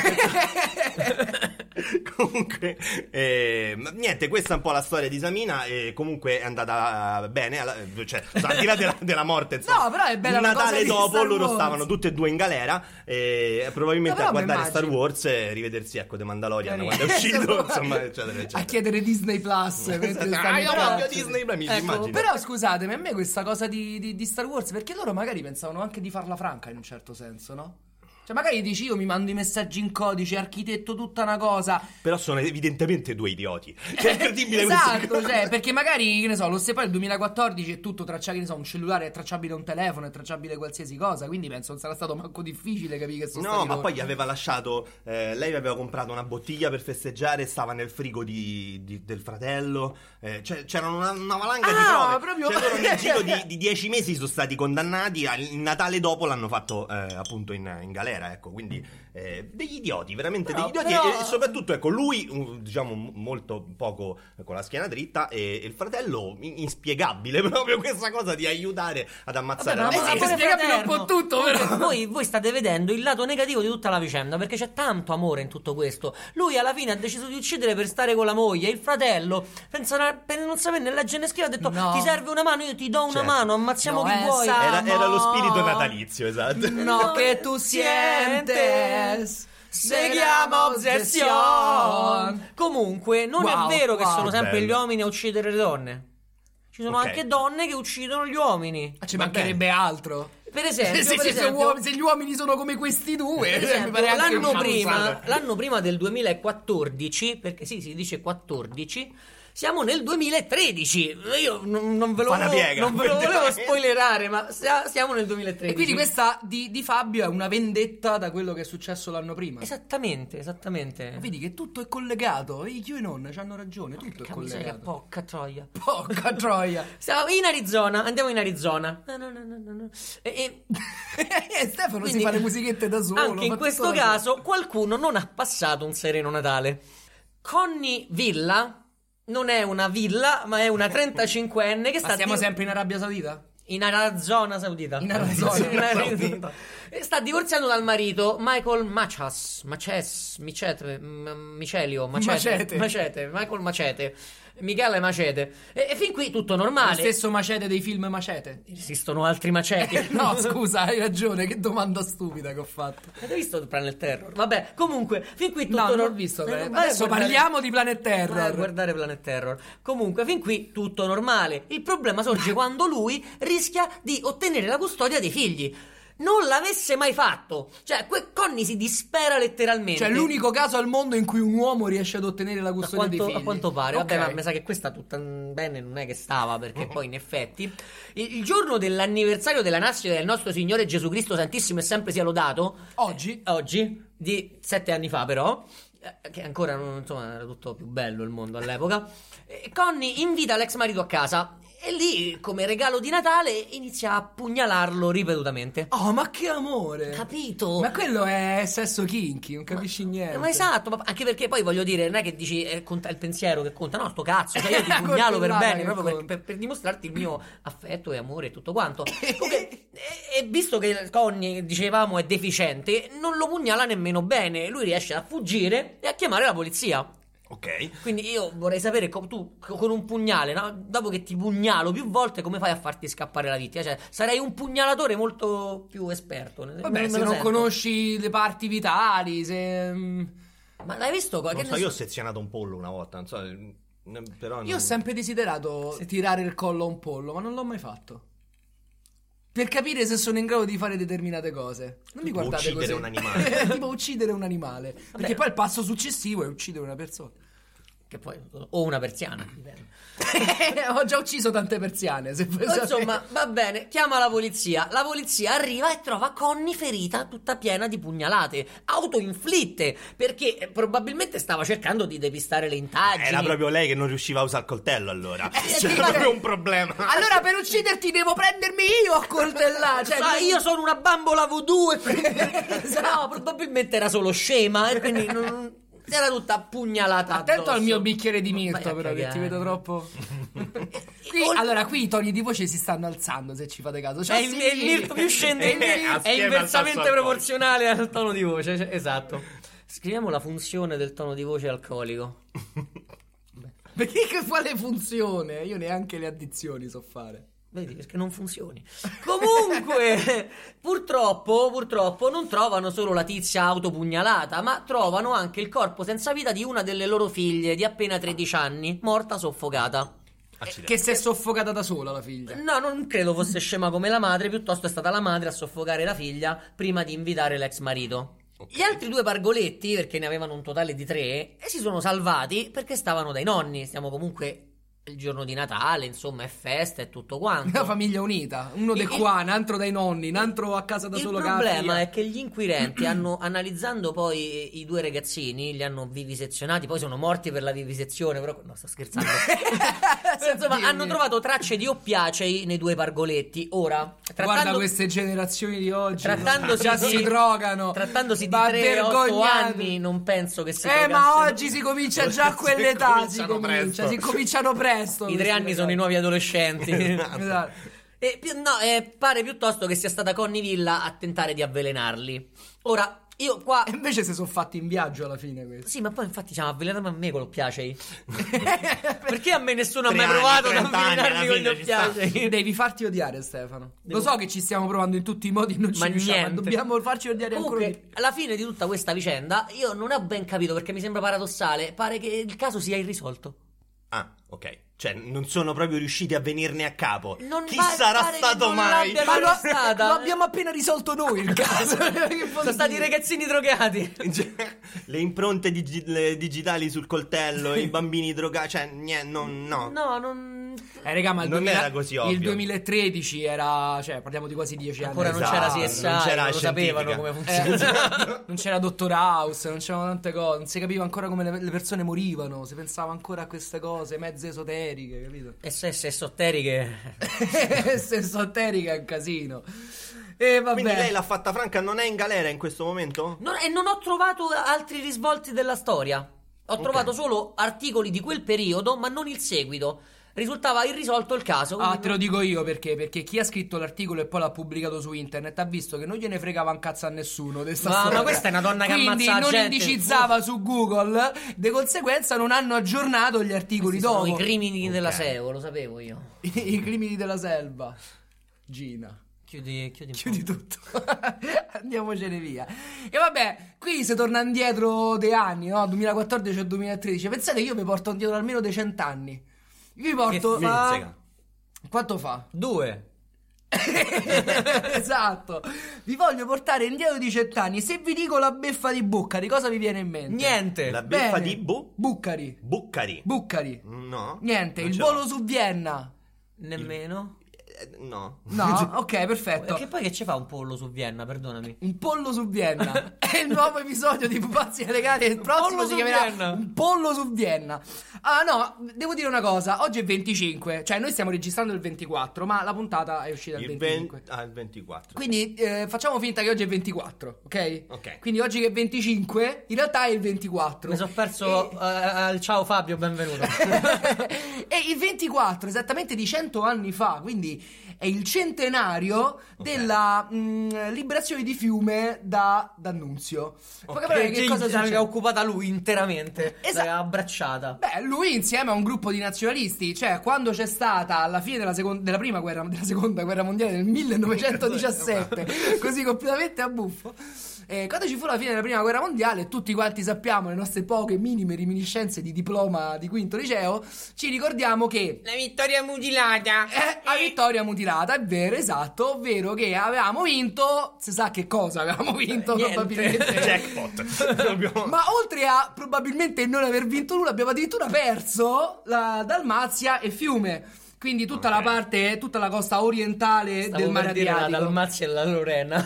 Comunque, comunque eh, ma niente, questa è un po' la storia di Samina. E comunque è andata bene. alla- cioè, al di là della, della morte, insomma. No, però è bella Il la cosa Natale di dopo Star loro Wars. stavano tutte e due in galera. E probabilmente No, a però mi guardare Star immagino. Wars e rivedersi, ecco, The Mandalorian Carino. quando è uscito, insomma, eccetera, eccetera. A chiedere Disney Plus mentre Esatto. stanno Ah, in io casa. voglio Disney, mi Ecco, immagino. Però scusatemi, a me questa cosa di, di- di Star Wars, perché loro magari pensavano anche di farla franca in un certo senso, no? Cioè magari dici io mi mando i messaggi in codice, architetto tutta una cosa. Però sono evidentemente due idioti. Cioè, è incredibile Esatto, questo. cioè, perché magari, che ne so, lo se poi il duemilaquattordici è tutto tracciabile, che ne so, un cellulare è tracciabile un telefono, è tracciabile qualsiasi cosa, quindi penso non sarà stato manco difficile capire che sono No, stati ma loro. poi gli aveva lasciato. eh, lei aveva comprato una bottiglia per festeggiare, stava nel frigo di, di- del fratello. eh, cioè, c'era una, una valanga di Ah, prove. proprio- Cioè, loro nel giro di, di dieci mesi sono stati condannati. al- Il Natale dopo l'hanno fatto eh, appunto in, in galera. Ecco, quindi eh, degli idioti, veramente Però- degli idioti. però- E, e soprattutto, ecco, lui, um, diciamo, m- molto poco con la schiena dritta. E, e il fratello, in- inspiegabile proprio questa cosa di aiutare ad ammazzare Vabbè, la ma sì, madre. è spiegabile un po' tutto, Comunque, però. Voi, voi state vedendo il lato negativo di tutta la vicenda, perché c'è tanto amore in tutto questo. Lui alla fine ha deciso di uccidere per stare con la moglie. Il fratello, pensa, per non sapere né leggere né scrivere, ha detto No. ti serve una mano, io ti do una Certo. mano, ammazziamo No, chi eh, vuoi. sa- Era, era lo Amor. spirito natalizio, esatto. No, che tu sientes, Seguiamo obsession. Comunque, non Wow, è vero che wow. sono sempre Bello. gli uomini a uccidere le donne. Ci sono Ok. anche donne che uccidono gli uomini. Ah, ci mancherebbe altro. Per esempio, se, per se- se esempio- uom- se gli uomini sono come questi due, Per mi esempio, pare anche l'anno una prima, causale. l'anno prima del duemilaquattordici, perché sì, si dice quattordici, siamo nel duemilatredici. Io non, non ve lo Fa una volevo, piega. non ve lo volevo spoilerare, ma sia- siamo nel duemilatredici. E quindi questa di, di Fabio è una vendetta da quello che è successo l'anno prima. Esattamente, esattamente. Vedi che tutto è collegato. E io e non c'hanno ragione, tutto è Porca miseria, collegato. porca troia. Porca troia. Siamo in Arizona, andiamo in Arizona. No, no, no, no, no, no. E, e- E Stefano quindi, si fa le musichette da solo. Anche in fa questo tutto da caso qualcuno non ha passato un sereno Natale. Connie Villa non è una villa, ma è una trentacinquenne che solo. sta Ma stiamo di- sempre in Arabia Saudita? in Arizona Saudita. In Arizona In Arizona. Saudita. E sta divorziando dal marito Michael Machas, Maces, Micete, M- Micelio, Macete, Macete. Macete, Michael Macete, Michele Macete. E, e fin qui tutto normale. Lo stesso macete dei film Macete. Esistono altri maceti. No, scusa, hai ragione, che domanda stupida che ho fatto. Avete visto Planet Terror? Vabbè, comunque, fin qui tutto No, non nor- ho visto. Eh, Planet- vai a Adesso guardare- parliamo di Planet vai a Terror. guardare Planet Terror. Comunque, fin qui tutto normale. Il problema sorge quando lui rischia di ottenere la custodia dei figli. Non l'avesse mai fatto. Cioè, que- Connie si dispera letteralmente. Cioè, l'unico caso al mondo in cui un uomo riesce ad ottenere la A custodia quanto, dei figli. a quanto pare, Ok. vabbè, ma mi sa che questa tutta bene non è che stava, perché poi in effetti il, il giorno dell'anniversario della nascita del nostro Signore Gesù Cristo Santissimo e sempre sia lodato, Oggi? oggi, di sette anni fa però, eh, che ancora non, insomma era tutto più bello il mondo all'epoca, eh, Connie invita l'ex marito a casa e lì, come regalo di Natale, inizia a pugnalarlo ripetutamente. Oh, ma che amore! Capito? Ma quello è sesso kinky, non capisci niente. Eh, Ma esatto, ma anche perché poi voglio dire, non è che dici eh, conta il pensiero che conta, no, sto cazzo, cioè io ti La pugnalo per coltellata bene, che proprio per, conta. per- per dimostrarti il mio affetto e amore e tutto quanto. Comunque, e, e visto che Connie, dicevamo, è deficiente, non lo pugnala nemmeno bene, lui riesce a fuggire e a chiamare la polizia. Ok. Quindi io vorrei sapere, co- tu co- con un pugnale, no? Dopo che ti pugnalo più volte, come fai a farti scappare la vittima? Cioè, sarei un pugnalatore molto più esperto. Vabbè, me se lo non sento. conosci le parti vitali, se... Ma l'hai visto? Che Non so, ne io ho so- sezionato un pollo una volta, non so, eh, però Io ho sempre desiderato tirare il collo a un pollo, ma non l'ho mai fatto. Per capire se sono in grado di fare determinate cose. Non mi Tipo guardate uccidere così. un animale. Tipo uccidere un animale. Perché poi il passo successivo è uccidere una persona. Che poi, o una persiana, dipende. Ho già uciso tante persiane. Se vuoi sapere. Insomma, va bene, chiama la polizia. La polizia arriva e trova Connie ferita, tutta piena di pugnalate, autoinflitte, perché probabilmente stava cercando di depistare le indagini. Era proprio lei che non riusciva a usare il coltello allora. C'era sì, proprio sì. un problema. Allora per ucciderti devo prendermi io a coltellare. Cioè, Sai, io sono una bambola voodoo e quindi... No, probabilmente era solo scema e quindi non... era tutta pugnalata Attento addosso. al mio bicchiere di mirto, Vai a però, che cagare. ti vedo troppo. Qui- Ol- allora, qui i toni di voce si stanno alzando, se ci fate caso. Cioè, È il, è il mirto più scendente, Eh, è assieme al inversamente tasso proporzionale al tono di voce, cioè, esatto. Scriviamo la funzione del tono di voce alcolico. Perché che quale funzione? Io neanche le addizioni so fare. Vedi, perché non funzioni. Comunque, purtroppo, purtroppo non trovano solo la tizia autopugnalata, ma trovano anche il corpo senza vita di una delle loro figlie di appena tredici anni, morta soffocata. Accidenti. Che si è soffocata da sola la figlia. No, non credo fosse scema come la madre, piuttosto è stata la madre a soffocare la figlia prima di invitare l'ex marito. Ok. Gli altri due pargoletti, perché ne avevano un totale di tre, e si sono salvati perché stavano dai nonni. Stiamo comunque il giorno di Natale, insomma, è festa e tutto quanto. Una famiglia unita, uno di Il- qua, un altro dai nonni, un altro a casa da Il solo con la problema figlia. è che gli inquirenti hanno, analizzando poi i due ragazzini, li hanno vivisezionati, poi sono morti per la vivisezione, però no, sto scherzando. Però, insomma, Dio hanno mio. trovato tracce di oppiacei nei due pargoletti. Ora, Guarda trattando, queste generazioni di oggi. trattandosi già di- si drogano. trattandosi di Ma tre otto vergognati. anni, non penso che si Eh, ma drogassero. oggi si comincia già a Si quell'età. Si cominciano comincia, presto. si cominciano presto. I tre anni sono i nuovi adolescenti. Esatto. E pi- no, eh, pare piuttosto che sia stata Connie Villa a tentare di avvelenarli. Ora, io qua... E invece si sono fatti in viaggio alla fine questo. Sì, ma poi infatti siamo avvelenati a me con l'oppiacei. Perché a me nessuno ha Tre mai anni, provato ad trenta anni, avvelenarmi con gli alla fine ci sta. oppiacei? Devi farti odiare, Stefano. Devo- Lo so che ci stiamo provando in tutti i modi, non ci Ma riusciamo, ma niente. dobbiamo farci odiare ancora di Comunque, più. alla fine di tutta questa vicenda, io non ho ben capito perché mi sembra paradossale. Pare che il caso sia irrisolto. Ah, ok. Cioè, non sono proprio riusciti a venirne a capo. Non Chi va- sarà pare che stato non mai? l'abbia Ma lo, stata. lo abbiamo appena risolto noi il caso. Sono stati i ragazzini drogati. Cioè, le impronte digi- le digitali sul coltello, i bambini drogati, cioè, niente, non, no. No, non... Eh, raga, ma il, Non duemila era così ovvio. il duemilatredici era, cioè, parliamo di quasi dieci anni. Ancora non Esatto, c'era C S I, non c'era non lo sapevano scientifica. come Eh, funziona. non c'era Dottor House, non c'erano tante cose, non si capiva ancora come le, le persone morivano, si pensava ancora a queste cose mezze esoteriche, capito? E se se esoteriche... Se esoterica è un casino. E vabbè. Quindi lei l'ha fatta franca, non è in galera in questo momento? Non- e non ho trovato altri risvolti della storia. Ho Ok. trovato solo articoli di quel periodo, ma non il seguito. Risultava irrisolto il caso. Ah, quindi te lo dico io perché? Perché chi ha scritto l'articolo e poi l'ha pubblicato su internet ha visto che non gliene fregava un cazzo a nessuno di sta Ma- storia. ma questa è una donna che Quindi ammazza la non gente. indicizzava su Google, di conseguenza non hanno aggiornato gli articoli Questi sono dopo. i crimini Ok. della S E O, lo sapevo io. I, i crimini della selva. Gina. Chiudi, chiudi un Chiudi po'. tutto. Andiamocene via. E vabbè, qui si torna indietro dei anni, no? duemilaquattordici e duemilatredici. Pensate, io vi porto indietro almeno dei cent'anni. Io vi porto. Che a- Mizzica. Quanto fa? Due. Esatto. Vi voglio portare indietro di cent'anni. Se vi dico la beffa di Buccari, cosa vi viene in mente? Niente. La beffa Bene. di Bu? Buccari. Buccari. Buccari. No. Niente, Non il ce volo l'ho. su Vienna. Nemmeno. Eh, No. No, ok, perfetto. Che poi che ci fa un pollo su Vienna, perdonami. Un pollo su Vienna. È il nuovo episodio di Pupazzi Legali. Il prossimo pollo si su chiamerà Vienna. Un pollo su Vienna. Ah, no, devo dire una cosa. Oggi è venticinque. Cioè, noi stiamo registrando il ventiquattro, ma la puntata è uscita il Il venticinque. venti Ah, il ventiquattro. Quindi eh, facciamo finta che oggi è ventiquattro, ok? Ok. Quindi oggi che è venticinque, in realtà è il ventiquattro. Mi sono perso. eh, al ciao Fabio, benvenuto. E il ventiquattro, esattamente di cento anni fa, quindi è il centenario Okay. della mh, liberazione di Fiume da D'Annunzio. Puoi Okay, capire che cosa l'aveva succede? occupata lui interamente. Esatto. L'aveva abbracciata. Beh, lui insieme a un gruppo di nazionalisti, cioè quando c'è stata alla fine della, second- della prima guerra, della seconda guerra mondiale nel millenovecentodiciassette, così completamente a buffo. Eh, quando ci fu la fine della prima guerra mondiale, tutti quanti sappiamo le nostre poche minime reminiscenze di diploma di quinto liceo, ci ricordiamo che La vittoria mutilata. eh, la vittoria mutilata, è vero, esatto, ovvero che avevamo vinto, si sa che cosa avevamo vinto, Niente. probabilmente. Jackpot. Dobbiamo- Ma oltre a probabilmente non aver vinto nulla, abbiamo addirittura perso la Dalmazia e Fiume. Quindi tutta Ok. la parte, tutta la costa orientale Stavo del mare per dire la Adriatico. Dalmazia e la Lorena.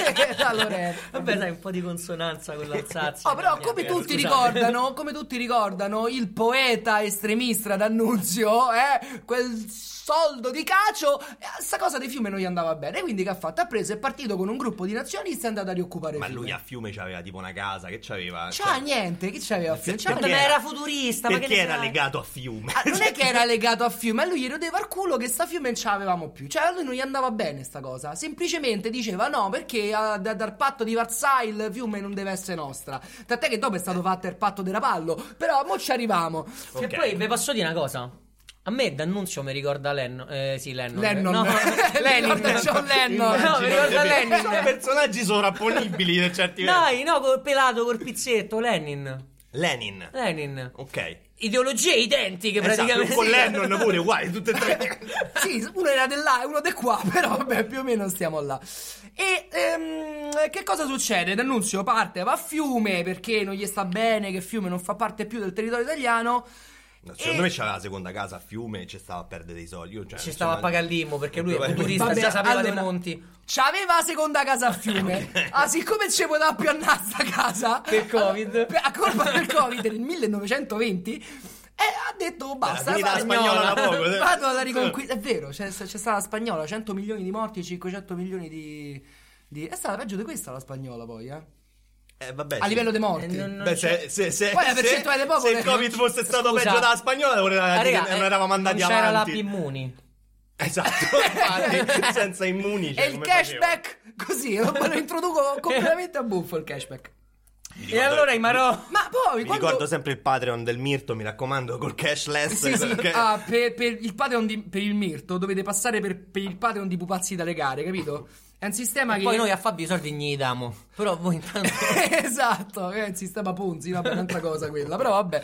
La Lorena. Vabbè, sai, un po' di consonanza con l'Alsazia. Oh, però Mia come mia, tutti scusate. ricordano, come tutti ricordano, il poeta estremista D'Annunzio, eh, quel soldo di cacio, eh, sta cosa dei Fiume non gli andava bene. Quindi che ha fatto? Ha preso e è partito con un gruppo di nazionalisti e è andato a rioccupare Ma Fiume. lui a Fiume c'aveva tipo una casa, che c'aveva? C'ha Cioè, niente, che c'aveva a Fiume? C'ha perché Ma niente. era futurista, ma che perché ne era sai? legato a Fiume? Ah, non è che era legato a Fiume, a lui gli rodeva il culo che sta Fiume non ce l'avevamo più. Cioè a lui non gli andava bene sta cosa. Semplicemente diceva no, perché ah, da- dal patto di Versailles Fiume non deve essere nostra. Tant'è che dopo è stato fatto il patto di Rapallo. Però mo ci arriviamo. E Ok. poi vi posso dire una cosa. A me D'Annunzio mi ricorda Lennon. Eh, sì, Lennon. Lennon. No, Lenin. Ricorda John Lennon. No, mi ricorda Lenin. Sono personaggi sovrapponibili per certi versi. Dai, no, col pelato, col pizzetto. Lenin. Lenin. Lenin. Ok. Ideologie identiche Esatto, praticamente. con Lennon pure uguali, tutte e tre. Sì, uno era di là e uno di qua, però vabbè, più o meno stiamo là. E ehm, che cosa succede? D'Annunzio parte, va a Fiume perché non gli sta bene, che Fiume non fa parte più del territorio italiano. No, secondo E- me c'aveva la seconda casa a Fiume e ci stava a perdere dei soldi. Io, cioè, Ci insomma, stava a pagare l'Imo perché lui è Vabbè, futurista, vabbè, già sapeva allora- dei monti. C'aveva la seconda casa a Fiume. Ah, siccome ci poteva più andare sta casa Per Covid. per- a colpa del Covid nel millenovecentoventi, e ha detto basta, finita la vado- spagnola da poco, eh. vado alla riconquista. È vero, c'è, c'è stata la spagnola, cento milioni di morti, cinquecento milioni di, di... È stata peggio di questa la spagnola poi, eh. Eh, vabbè, A sì. livello dei morti. Eh, non- non Beh, c'è- se, se, se, Poi la se- percentuale di se popolo- il Covid fosse stato Scusa. peggio della spagnola, voleva Ah, dire raga, che non eh, eravamo andati non c'era avanti. l'app Immuni. Esatto, infatti, senza immuni. Cioè, E il come cashback, così, lo, me lo introduco completamente a buffo il cashback. facevo? Mi E allora i Marò. Ma poi Mi quando... ricordo sempre il Patreon del Mirto, mi raccomando, col cashless. Sì, sì. perché- Ah, per, per il Patreon di, per il Mirto dovete passare per, per il Patreon di Pupazzi dalle gare, capito? È un sistema che Poi noi a Fabio i soldi gli diamo. Però voi intanto. esatto, è un sistema Ponzi, vabbè, un'altra cosa quella, però vabbè.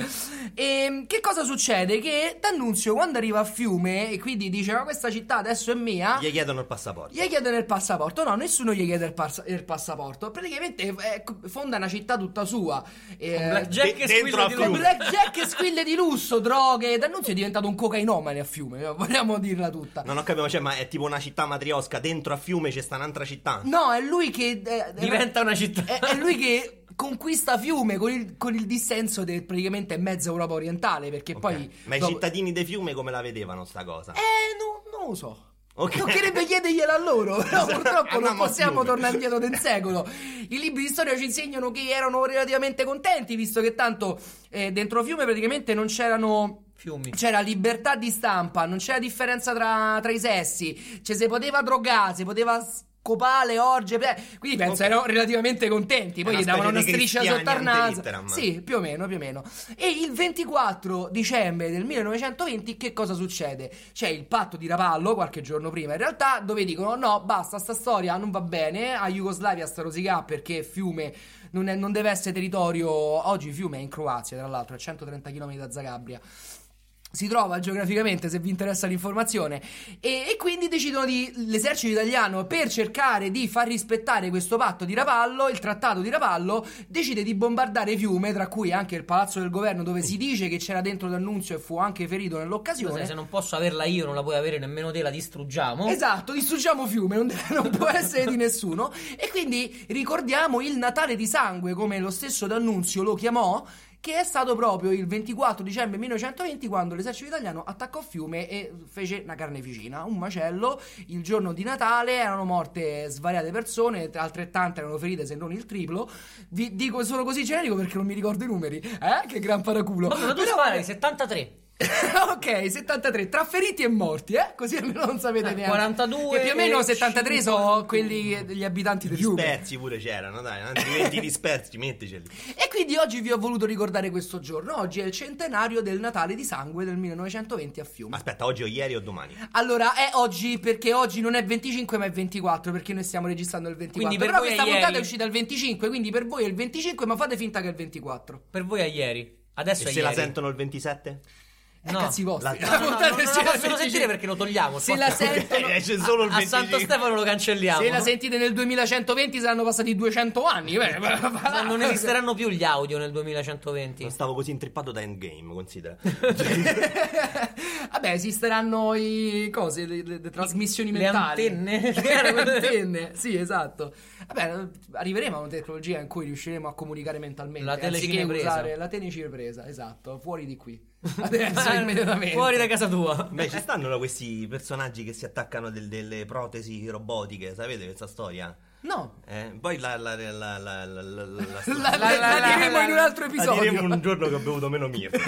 E che cosa succede? Che D'Annunzio quando arriva a Fiume e quindi dice ma questa città adesso è mia, Gli chiedono il passaporto. gli chiedono il passaporto. No, nessuno gli chiede il, pas- il passaporto. Praticamente eh, fonda una città tutta sua. Eh, Blackjack de- e dentro squillo a di con Fiume. luce. blackjack e squille di lusso, droghe. D'Annunzio è diventato un cocainomane a Fiume, vogliamo dirla tutta. Non ho capito, cioè, ma è tipo una città matriosca. Dentro a Fiume c'è sta un'altra città. No, è lui che eh, Diventa una città. È, è lui che conquista Fiume con il, con il dissenso di praticamente mezza Europa orientale. Perché Ok. poi. Ma i dopo- cittadini di Fiume come la vedevano sta cosa? Eh, no, non lo so. Ok. Toccherebbe chiederglielo a loro. Però purtroppo non Andiamo a possiamo Fiume. tornare indietro del secolo. I libri di storia ci insegnano che erano relativamente contenti, visto che tanto eh, dentro Fiume praticamente non c'erano. Fiumi. C'era libertà di stampa, non c'era differenza tra, tra i sessi, cioè si poteva drogare, si poteva scopare le orge, beh, quindi penso Ok. erano relativamente contenti, poi Una gli davano una specie di striscia cristiani sotto al naso. antelitteram. Sì, più o meno, più o meno. E il ventiquattro dicembre del millenovecentoventi che cosa succede? C'è il patto di Rapallo, qualche giorno prima in realtà, dove dicono no, basta, sta storia non va bene, a Jugoslavia sta rosicà perché Fiume non, è- non deve essere territorio, oggi Fiume è in Croazia tra l'altro, a centotrenta chilometri da Zagabria. Si trova geograficamente, se vi interessa l'informazione, e, e quindi decidono di l'esercito italiano, per cercare di far rispettare questo patto di Rapallo, il trattato di Rapallo, decide di bombardare Fiume, tra cui anche il palazzo del governo dove si dice che c'era dentro D'Annunzio e fu anche ferito nell'occasione. Se non posso averla io, non la puoi avere nemmeno te, la distruggiamo. Esatto, distruggiamo Fiume, non, deve- non può essere di nessuno. E quindi ricordiamo il Natale di sangue, come lo stesso D'Annunzio lo chiamò, che è stato proprio il ventiquattro dicembre millenovecentoventi, quando l'esercito italiano attaccò Fiume e fece una carneficina, un macello. Il giorno di Natale erano morte svariate persone, altrettante erano ferite, se non il triplo. Vi dico solo così generico perché non mi ricordo i numeri, eh? Che gran paraculo. Ma tu Però- spari settantatré. Ok, settantatré tra feriti e morti, eh? Così almeno non sapete Eh, neanche. quarantadue Che più o meno e settantatré sono quelli degli abitanti del fiume. Dispersi pure c'erano, dai, altri venti dispersi, metticeli. E quindi oggi vi ho voluto ricordare questo giorno. Oggi è il centenario del Natale di sangue del millenovecentoventi a Fiume. Aspetta, oggi o ieri o domani? Allora, è oggi perché oggi non è venticinque ma è ventiquattro, perché noi stiamo registrando il ventiquattro. Quindi per Però voi è questa puntata ieri. è uscita il venticinque, quindi per voi è il venticinque, ma fate finta che è il ventiquattro. Per voi è ieri. Adesso E è se ieri. la sentono il ventisette? Eh, No. cazzi vostri. La- La No, no, no, puntata no, è non uscita la il possono venticinque. sentire perché lo togliamo. Se la forse. sentono Eh, c'è solo il a, a Santo venticinque. Stefano lo cancelliamo. Se la sentite nel duemilacentoventi saranno passati duecento anni. Beh, Ma non esisteranno più gli audio nel duemilacentoventi. Non stavo così intrippato da Endgame, considera. Vabbè, esisteranno i cose, le, le- le trasmissioni Le mentali. antenne. Le antenne, sì, esatto. Vabbè, arriveremo a una tecnologia in cui riusciremo a comunicare mentalmente. La anziché telecinepresa. usare la telecinepresa, esatto, fuori di qui. Adesso immediatamente. Fuori da casa tua. Beh, ci stanno questi personaggi che si attaccano del- delle protesi robotiche, sapete questa storia? No. Eh, poi la, la, la, la, la, la, la, la- La, la- la la- diremo la- in un altro la episodio. diremo un giorno che ho bevuto meno mirto.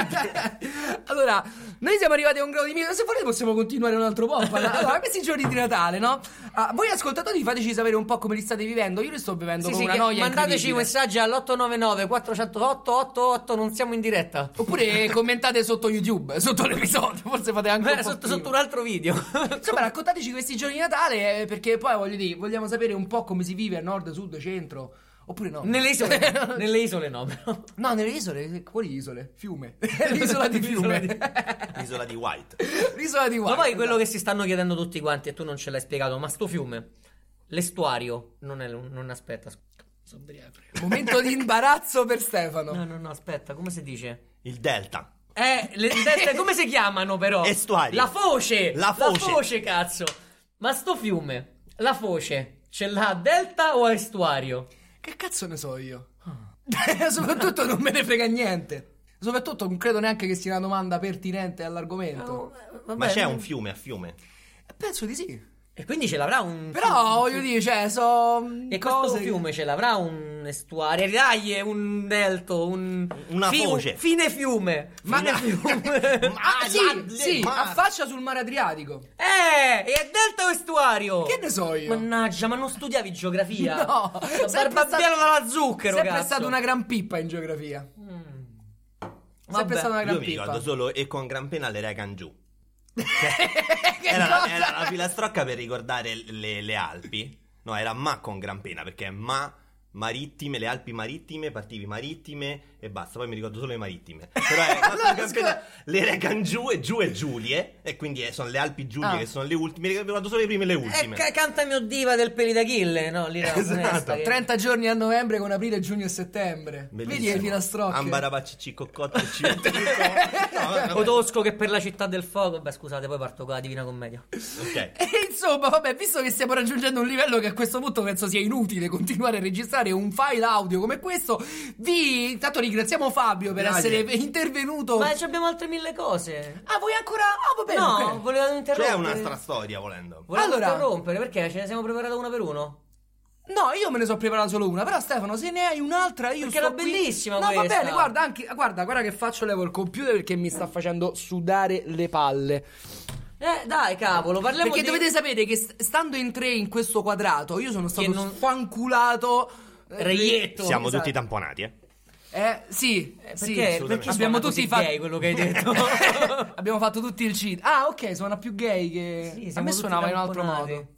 Allora, noi siamo arrivati a un grado di mirto. Se volete possiamo continuare un altro po'. Allora, questi giorni di Natale, no? Ah, voi ascoltatori fateci sapere un po' come li state vivendo. Io li sto bevendo Sì, con sì, una che noia mandateci incredibile. messaggi all'otto nove nove quattro zero otto otto otto, non siamo in diretta. Oppure commentate sotto YouTube, sotto l'episodio. Forse fate anche un Beh, po' sotto, prima. sotto un altro video. Insomma, raccontateci questi giorni di Natale, eh, perché poi voglio dire, vogliamo sapere un po' come si vive a nord, sud, centro. Oppure no? Nelle isole, nelle isole no, però. No, nelle isole. Quali isole? Fiume. L'isola di Fiume. L'isola di White. L'isola di Ma White. poi quello che si stanno chiedendo tutti quanti, e tu non ce l'hai spiegato, ma sto fiume, l'estuario, non è, non aspetta. Sono breve. Momento di imbarazzo per Stefano. No, no, no, aspetta, come si dice? Il Delta. Eh, le, le- come si chiamano però? Estuari. La foce. La foce. cazzo. Ma sto fiume, la foce, ce l'ha a delta o a estuario? Che cazzo ne so io? Soprattutto non me ne frega niente. Soprattutto non credo neanche che sia una domanda pertinente all'argomento. Vabbè, Ma c'è non- un fiume a fiume. Penso di sì. E quindi ce l'avrà un... Però voglio dire, cioè, so. E questo cose- fiume ce l'avrà un estuario? Dai, un delto, un... Una foce. Fine fiume. Ma- Fine fiume. Ah, sì, la- sì, ma- affaccia sul mare Adriatico. Eh, e è delta o estuario? Che ne so io? Mannaggia, ma non studiavi geografia? No, La sempre Barbabiano stato- dalla zucchero, Sempre cazzo. stata una gran pippa in geografia. Sempre Vabbè. stata una gran Io mi pippa. ricordo solo e con gran pena le recan giù. Che Era la, cosa? era la filastrocca per ricordare le, le Alpi. No, era ma con gran pena, perché è ma marittime, le Alpi marittime, partivi marittime e basta. Poi mi ricordo solo le marittime. Però è ma con gran pena, le recan giù e giù è Giulie. E quindi è- sono le Alpi Giulie Ah. che sono le ultime. Mi ricordo solo le prime e le Eh, ultime. ca- cantami o diva del peli d'Achille, no? Lì era Esatto. onesta, che- trenta giorni a novembre con aprile, giugno e settembre. Bellissimo. Vedi le filastrocche. Ambarabacci coccotto e ci mette tutto. No, vabbè. O Tosco che per la città del fuoco. Beh, scusate, poi parto con la Divina Commedia. Ok. E insomma, vabbè, visto che stiamo raggiungendo un livello che a questo punto penso sia inutile continuare a registrare un file audio come questo, vi intanto ringraziamo Fabio per Grazie. essere intervenuto. Ma ci abbiamo altre mille cose. Ah, vuoi ancora? Ah, va bene. No, ok. volevamo interrompere. C'è una stra storia volendo. Volevamo Allora- interrompere perché ce ne siamo preparati una per uno. No, io me ne sono preparata solo una. Però, Stefano, se ne hai un'altra, io Perché sto era qui- bellissima No, va questa. bene, guarda, anche, guarda, guarda che faccio, levo il computer perché mi sta facendo sudare le palle. Eh, dai, cavolo, parliamo Perché di... dovete sapere che st- stando in tre in questo quadrato, io sono stato Che non- fanculato. eh, Reietto. Siamo esatto. tutti tamponati, eh. Eh, sì, Perché, sì. perché abbiamo suona tutti così fatto gay quello che hai detto? abbiamo fatto tutti il cheat. Ah, ok, suona più gay che Sì, a siamo me tutti suonava in un altro tamponati. modo.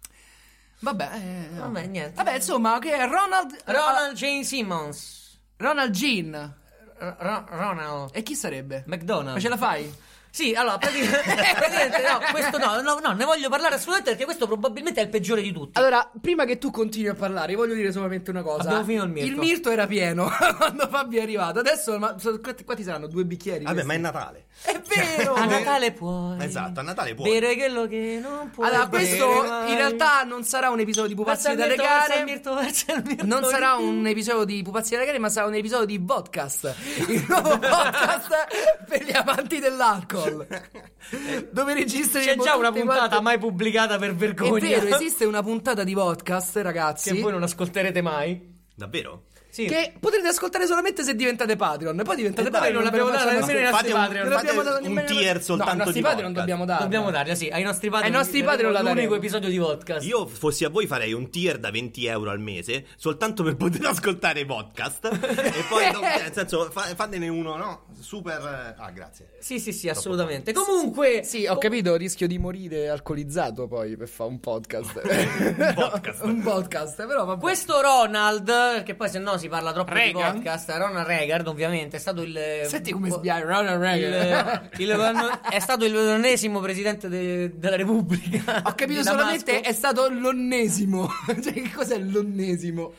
Vabbè, eh, Vabbè, niente. Vabbè, insomma, che è Ronald Ronald J. Simmons. Ronald Jean. R- Ro- Ronald E chi sarebbe? McDonald. Ma ce la fai? Sì, allora, praticamente, praticamente no, questo no, no, no, ne voglio parlare assolutamente perché questo probabilmente è il peggiore di tutti. Allora, prima che tu continui a parlare, voglio dire solamente una cosa. Abbiamo finito il mirto. Il mirto era pieno quando Fabio è arrivato. Adesso, ma, so- quanti quanti saranno? Due bicchieri? Vabbè, ma è questi? Natale. È vero! A Natale puoi. Esatto, a Natale puoi. Bere quello che non puoi. Allora, bere questo mai. in realtà non sarà un episodio di Pupazzi Versa da il mirto, versa il legare. mirto, versa il mirto. Non sarà un episodio di Pupazzi da legare, ma sarà un episodio di podcast. Il nuovo podcast per gli amanti dell'alcol. Dove registri C'è già una tutte puntata quante- mai pubblicata per È vergogna. vero, esiste una puntata di podcast, ragazzi. Che voi non ascolterete mai. Davvero? Sì. Che potrete ascoltare solamente se diventate Patreon. Poi diventate Eh dai, Patreon, non non l'abbiamo ve lo data facciamo nemmeno ai nostri fate un- Patreon. fate Non abbiamo dato un nemmeno- tier No, soltanto ai nostri di Patreon podcast. dobbiamo dare. Dobbiamo darla, sì. Ai nostri padri. Ai nostri padri non la l'unico daremo. episodio di podcast. Io fossi a voi farei un tier da venti euro al mese soltanto per poter ascoltare i podcast e poi no, nel senso fa- fatene uno, no? Super. Ah, grazie. Sì, sì, sì, assolutamente. Comunque, Sì, ho capito, rischio di morire alcolizzato poi per fare un podcast. Un podcast. Un podcast, però vabbè. questo Ronald, che poi se no si parla troppo Reagan? di podcast, Ronald Reagan, ovviamente, è stato il. Senti come sbiai, Ronald Reagan. il, il- è stato il nonnesimo presidente de- della Repubblica. Ho capito di solamente Damasco. è stato l'onnesimo. Cioè, che cos'è l'onnesimo?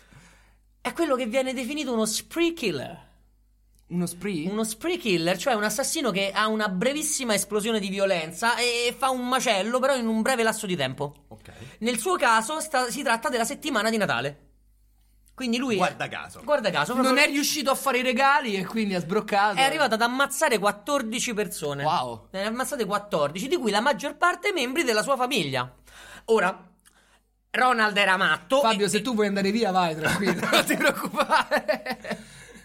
È quello che viene definito uno spree killer. Uno spree? Uno spree killer, cioè un assassino che ha una brevissima esplosione di violenza e fa un macello, però in un breve lasso di tempo. Ok. Nel suo caso sta- si tratta della settimana di Natale. Quindi lui Guarda caso. Guarda caso, Non proprio- è riuscito a fare i regali e quindi ha sbroccato. è arrivato ad ammazzare quattordici persone. Wow. Ne ha ammazzate quattordici, di cui la maggior parte membri della sua famiglia. Ora, Ronald era matto. Fabio, e- se tu vuoi andare via, vai tranquillo, non ti preoccupare.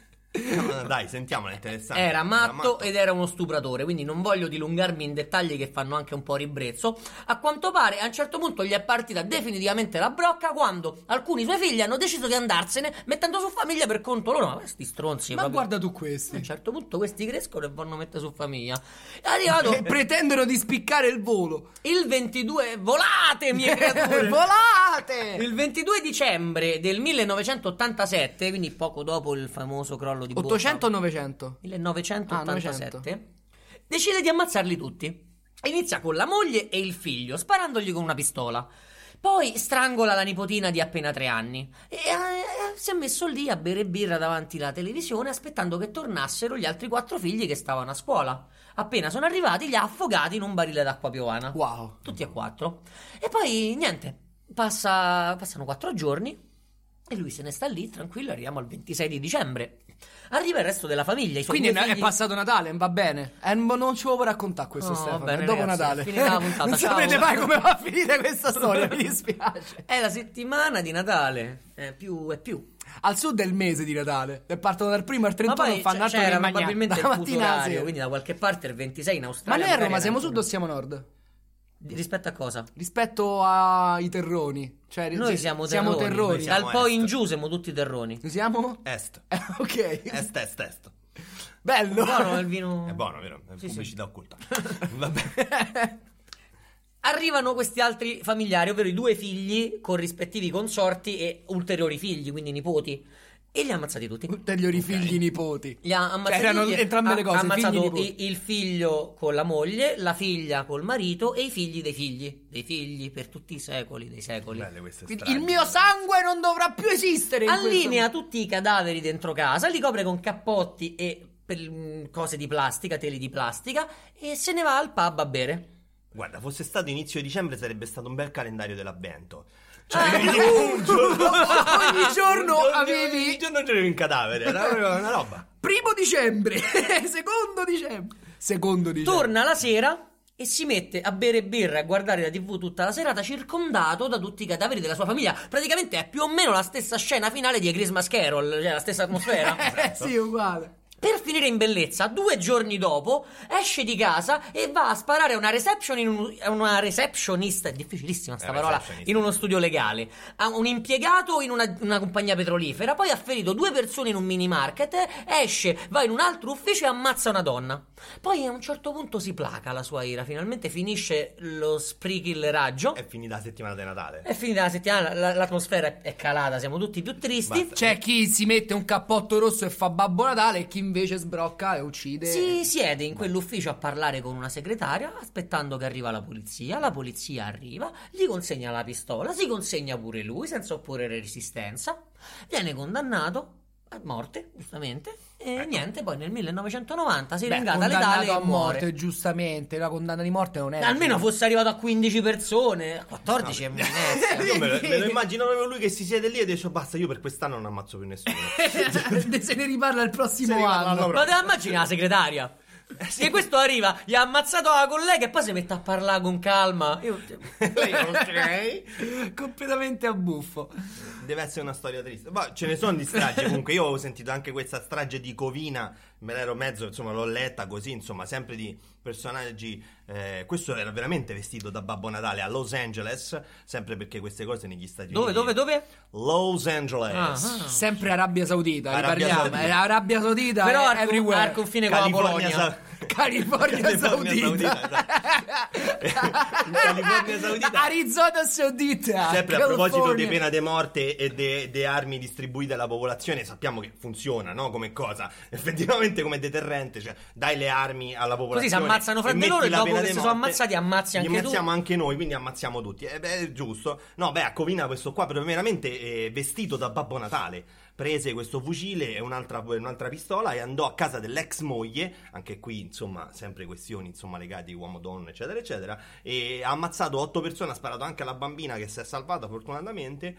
No, no, dai, sentiamola, è interessante. Era matto ed era uno stupratore, quindi non voglio dilungarmi in dettagli che fanno anche un po' ribrezzo. A quanto pare a un certo punto gli è partita definitivamente la brocca quando alcuni suoi figli hanno deciso di andarsene mettendo su famiglia per conto loro. Ma questi stronzi Ma proprio. guarda tu A un questi. certo punto questi crescono e vanno a mettere su famiglia. È arrivato E pretendono di spiccare il volo. il ventidue. Volate, mie creature! Volate! Il ventidue dicembre del millenovecentottantasette, quindi poco dopo il famoso crollo di Borsa, ottocento o novecento? millenovecentottantasette, decide di ammazzarli tutti. Inizia con la moglie e il figlio, sparandogli con una pistola. Poi strangola la nipotina di appena tre anni e eh, si è messo lì a bere birra davanti alla televisione aspettando che tornassero gli altri quattro figli che stavano a scuola. Appena sono arrivati li ha affogati in un barile d'acqua piovana. Wow. Tutti e quattro. E poi niente, passa, passano quattro giorni e lui se ne sta lì tranquillo. Arriviamo al ventisei di dicembre. Arriva il resto della famiglia. I suoi Quindi due è figli... passato Natale, va bene. Eh, ma non ce lo può raccontare questo No, Stefano. va bene, è dopo ragazzi, Natale. è finita la puntata, Non ciao. saprete mai come va a finire questa storia, mi dispiace. È la settimana di Natale. È più, è più. Al sud è il mese di Natale. E partono dal primo al Ma trentuno, poi non fanno c- altro che c'era mangiare. probabilmente il dalla fuso mattina alla orario, sera. quindi da qualche parte il ventisei in Ma Australia. noi a Roma magari siamo era sud o siamo nord? Di- Rispetto a cosa? Rispetto ai terroni. Cioè, Noi sì, siamo siamo terroni. terroni. Siamo Dal poi est. in giù siamo tutti terroni. Noi siamo? Est. Eh, ok. Est, est, est. Bello. Buono il vino. È buono, vero? È Sì, sì. pubblicità occulta. Vabbè. Arrivano questi altri familiari, ovvero i due figli con rispettivi consorti e ulteriori figli, quindi nipoti. E li ha ammazzati tutti. Ulteriori figli nipoti. Li ha ammazzati Cioè, erano tutti. entrambe le Ha- cose, Ha figli e ammazzato nipoti. i- il figlio con la moglie, la figlia col marito e i figli dei figli. Dei figli per tutti i secoli, dei secoli. Belle queste Quindi stragi. il mio sangue non dovrà più esistere. in Allinea questo- tutti i cadaveri dentro casa, li copre con cappotti e per- mh, cose di plastica, teli di plastica, e se ne va al pub a bere. Guarda, fosse stato inizio dicembre sarebbe stato un bel calendario dell'avvento. Ah, Cioè, un giorno, Ogni giorno un avevi- Ogni giorno c'era un cadavere, era proprio una roba. Primo dicembre. Secondo dicembre. Secondo dicembre. Torna la sera e si mette a bere birra e a guardare la tivù tutta la serata, circondato da tutti i cadaveri della sua famiglia. Praticamente è più o meno la stessa scena finale di A Christmas Carol, cioè la stessa atmosfera. Eh sì, uguale. Per finire in bellezza, due giorni dopo esce di casa e va a sparare a una reception in un, a una receptionist, è difficilissima sta Eh, parola, receptionist. in uno studio legale, a un impiegato in una, una compagnia petrolifera, poi ha ferito due persone in un mini market, esce, va in un altro ufficio e ammazza una donna. Poi a un certo punto si placa la sua ira, finalmente finisce lo sprikilleraggio. È finita la settimana di Natale. È finita la settimana, la- l'atmosfera è- è calata, siamo tutti più tristi. Basta. C'è chi si mette un cappotto rosso e fa Babbo Natale e chi invece sbrocca e uccide. Si siede in quell'ufficio a parlare con una segretaria aspettando che arriva la polizia. La polizia arriva, gli consegna la pistola, si consegna pure lui senza opporre resistenza, viene condannato a morte, giustamente, e niente, poi nel millenovecentonovanta si Beh, ringata letale condannato e a morte, muore. giustamente. La condanna di morte non è. Almeno fosse arrivato a quindici persone, a quattordici è un'inezia. Io me lo, me lo immagino proprio lui che si siede lì e dice basta, io per quest'anno non ammazzo più nessuno. Se ne riparla il prossimo Se ne riparla anno. l'anno Ma te la immagini la segretaria? E questo arriva, gli ha ammazzato la collega e poi si mette a parlare con calma. Io... ok. Completamente a buffo. Deve essere una storia triste. Ma ce ne sono di stragi. Comunque, io avevo sentito anche questa strage di Covina. Me l'ero mezzo, insomma, l'ho letta così. Insomma, sempre di personaggi. Eh, questo era veramente vestito da Babbo Natale a Los Angeles. Sempre perché queste cose negli Stati Dove, Uniti. dove, dove? Los Angeles. Ah, ah. Sempre Arabia Saudita, Arabia riparliamo. Saudita. Arabia Saudita Però è al, everywhere. al confine con la California, Polonia. Sa- California California Saudita. esatto. In California Saudita. Arizona Saudita. Sempre a proposito California. di pena di morte e di armi distribuite alla popolazione, sappiamo che funziona, no? Come cosa, effettivamente come deterrente, cioè dai le armi alla popolazione. Così si ammazzano fra di metti loro e la dopo pena che di si sono morte, ammazzati ammazzi li anche tu. ammazziamo anche noi, quindi ammazziamo tutti. Eh, beh, è giusto. No, beh, a Covina questo qua proprio veramente eh, vestito da Babbo Natale. Prese questo fucile e un'altra, un'altra pistola e andò a casa dell'ex moglie, anche qui insomma sempre questioni insomma legate uomo-donna eccetera eccetera, e ha ammazzato otto persone, ha sparato anche alla bambina che si è salvata fortunatamente,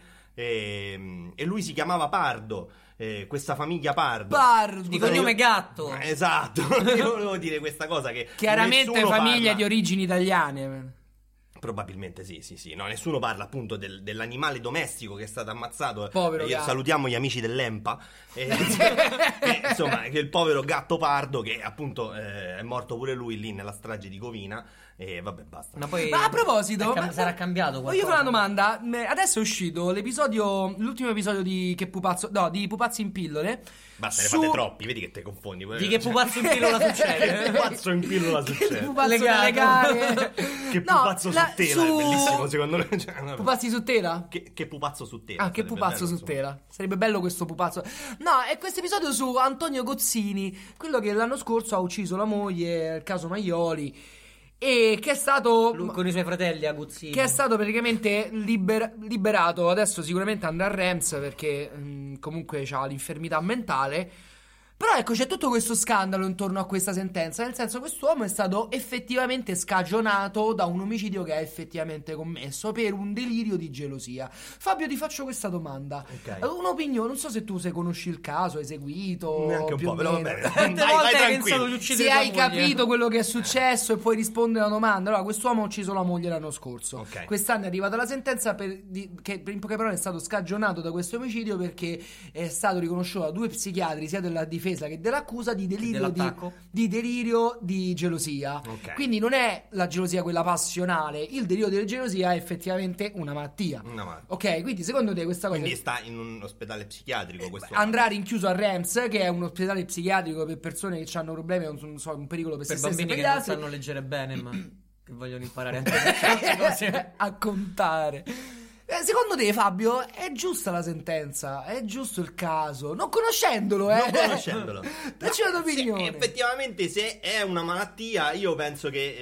e, e lui si chiamava Pardo, eh, questa famiglia Pardo. Pardo. Di cognome Gatto. Esatto, io volevo dire questa cosa che Chiaramente nessuno famiglia parla. di origini italiane. Probabilmente sì, sì, sì. No, nessuno parla appunto del, dell'animale domestico che è stato ammazzato. Povero Eh, gatto. salutiamo gli amici dell'Empa. Eh, che, insomma, che il povero gatto Pardo che appunto eh, è morto pure lui lì nella strage di Covina. E vabbè, basta. Ma poi Ma a proposito, è cam- ma- sarà cambiato qualcosa. Voglio fare una domanda. Me- Adesso è uscito l'episodio, l'ultimo episodio di Che Pupazzo, no, di Pupazzi in pillole. Basta, ne su- fate troppi, vedi che te confondi. Di che pupazzo in pillola Che succede? pupazzo in pillola Che succede? pupazzo Legato. da legare. Che No, pupazzo la- su tela, su- è bellissimo secondo me. Cioè, no, Pupazzi su tela? Che, che pupazzo su tela. Ah, che sarebbe pupazzo bello, su insomma. tela. Sarebbe bello questo pupazzo. No, è questo episodio su Antonio Gozzini, quello che l'anno scorso ha ucciso la moglie, il caso Maioli. E che è stato Lui con i suoi fratelli Aguzzini. che è stato praticamente liber- liberato. Adesso sicuramente andrà a Rems perché mh, comunque ha l'infermità mentale. Però ecco, c'è tutto questo scandalo intorno a questa sentenza. Nel senso, quest'uomo è stato effettivamente scagionato da un omicidio che ha effettivamente commesso per un delirio di gelosia. Fabio, ti faccio questa domanda. Ok. Un'opinione, non so se tu se conosci il caso, hai seguito Neanche un più po', o però va meno. bene. Quante Vai, volte vai hai tranquillo. pensato di uccidere Se tua hai moglie? capito quello che è successo e puoi rispondere alla domanda. Allora, quest'uomo ha ucciso la moglie l'anno scorso. Ok. Quest'anno è arrivata la sentenza per, di- che in poche parole è stato scagionato da questo omicidio perché è stato riconosciuto da due psichiatri, sia della difesa che dell'accusa, di delirio di, Dell'attacco? di delirio di gelosia. Ok. Quindi non è la gelosia quella passionale, il delirio di gelosia è effettivamente una malattia. Una malattia. Ok, quindi secondo te questa cosa Quindi sta in un ospedale psichiatrico questo. andrà rinchiuso a Rems, che è un ospedale psichiatrico per persone che hanno problemi, non so, un pericolo per, Per se stesse e bambini per che gli non altri. sanno leggere bene, ma che vogliono imparare anche certe cose. A contare. Eh, Secondo te, Fabio, è giusta la sentenza? È giusto il caso? Non conoscendolo, eh? Non conoscendolo. Dacci la tua Se- opinione. effettivamente, se è una malattia, io penso che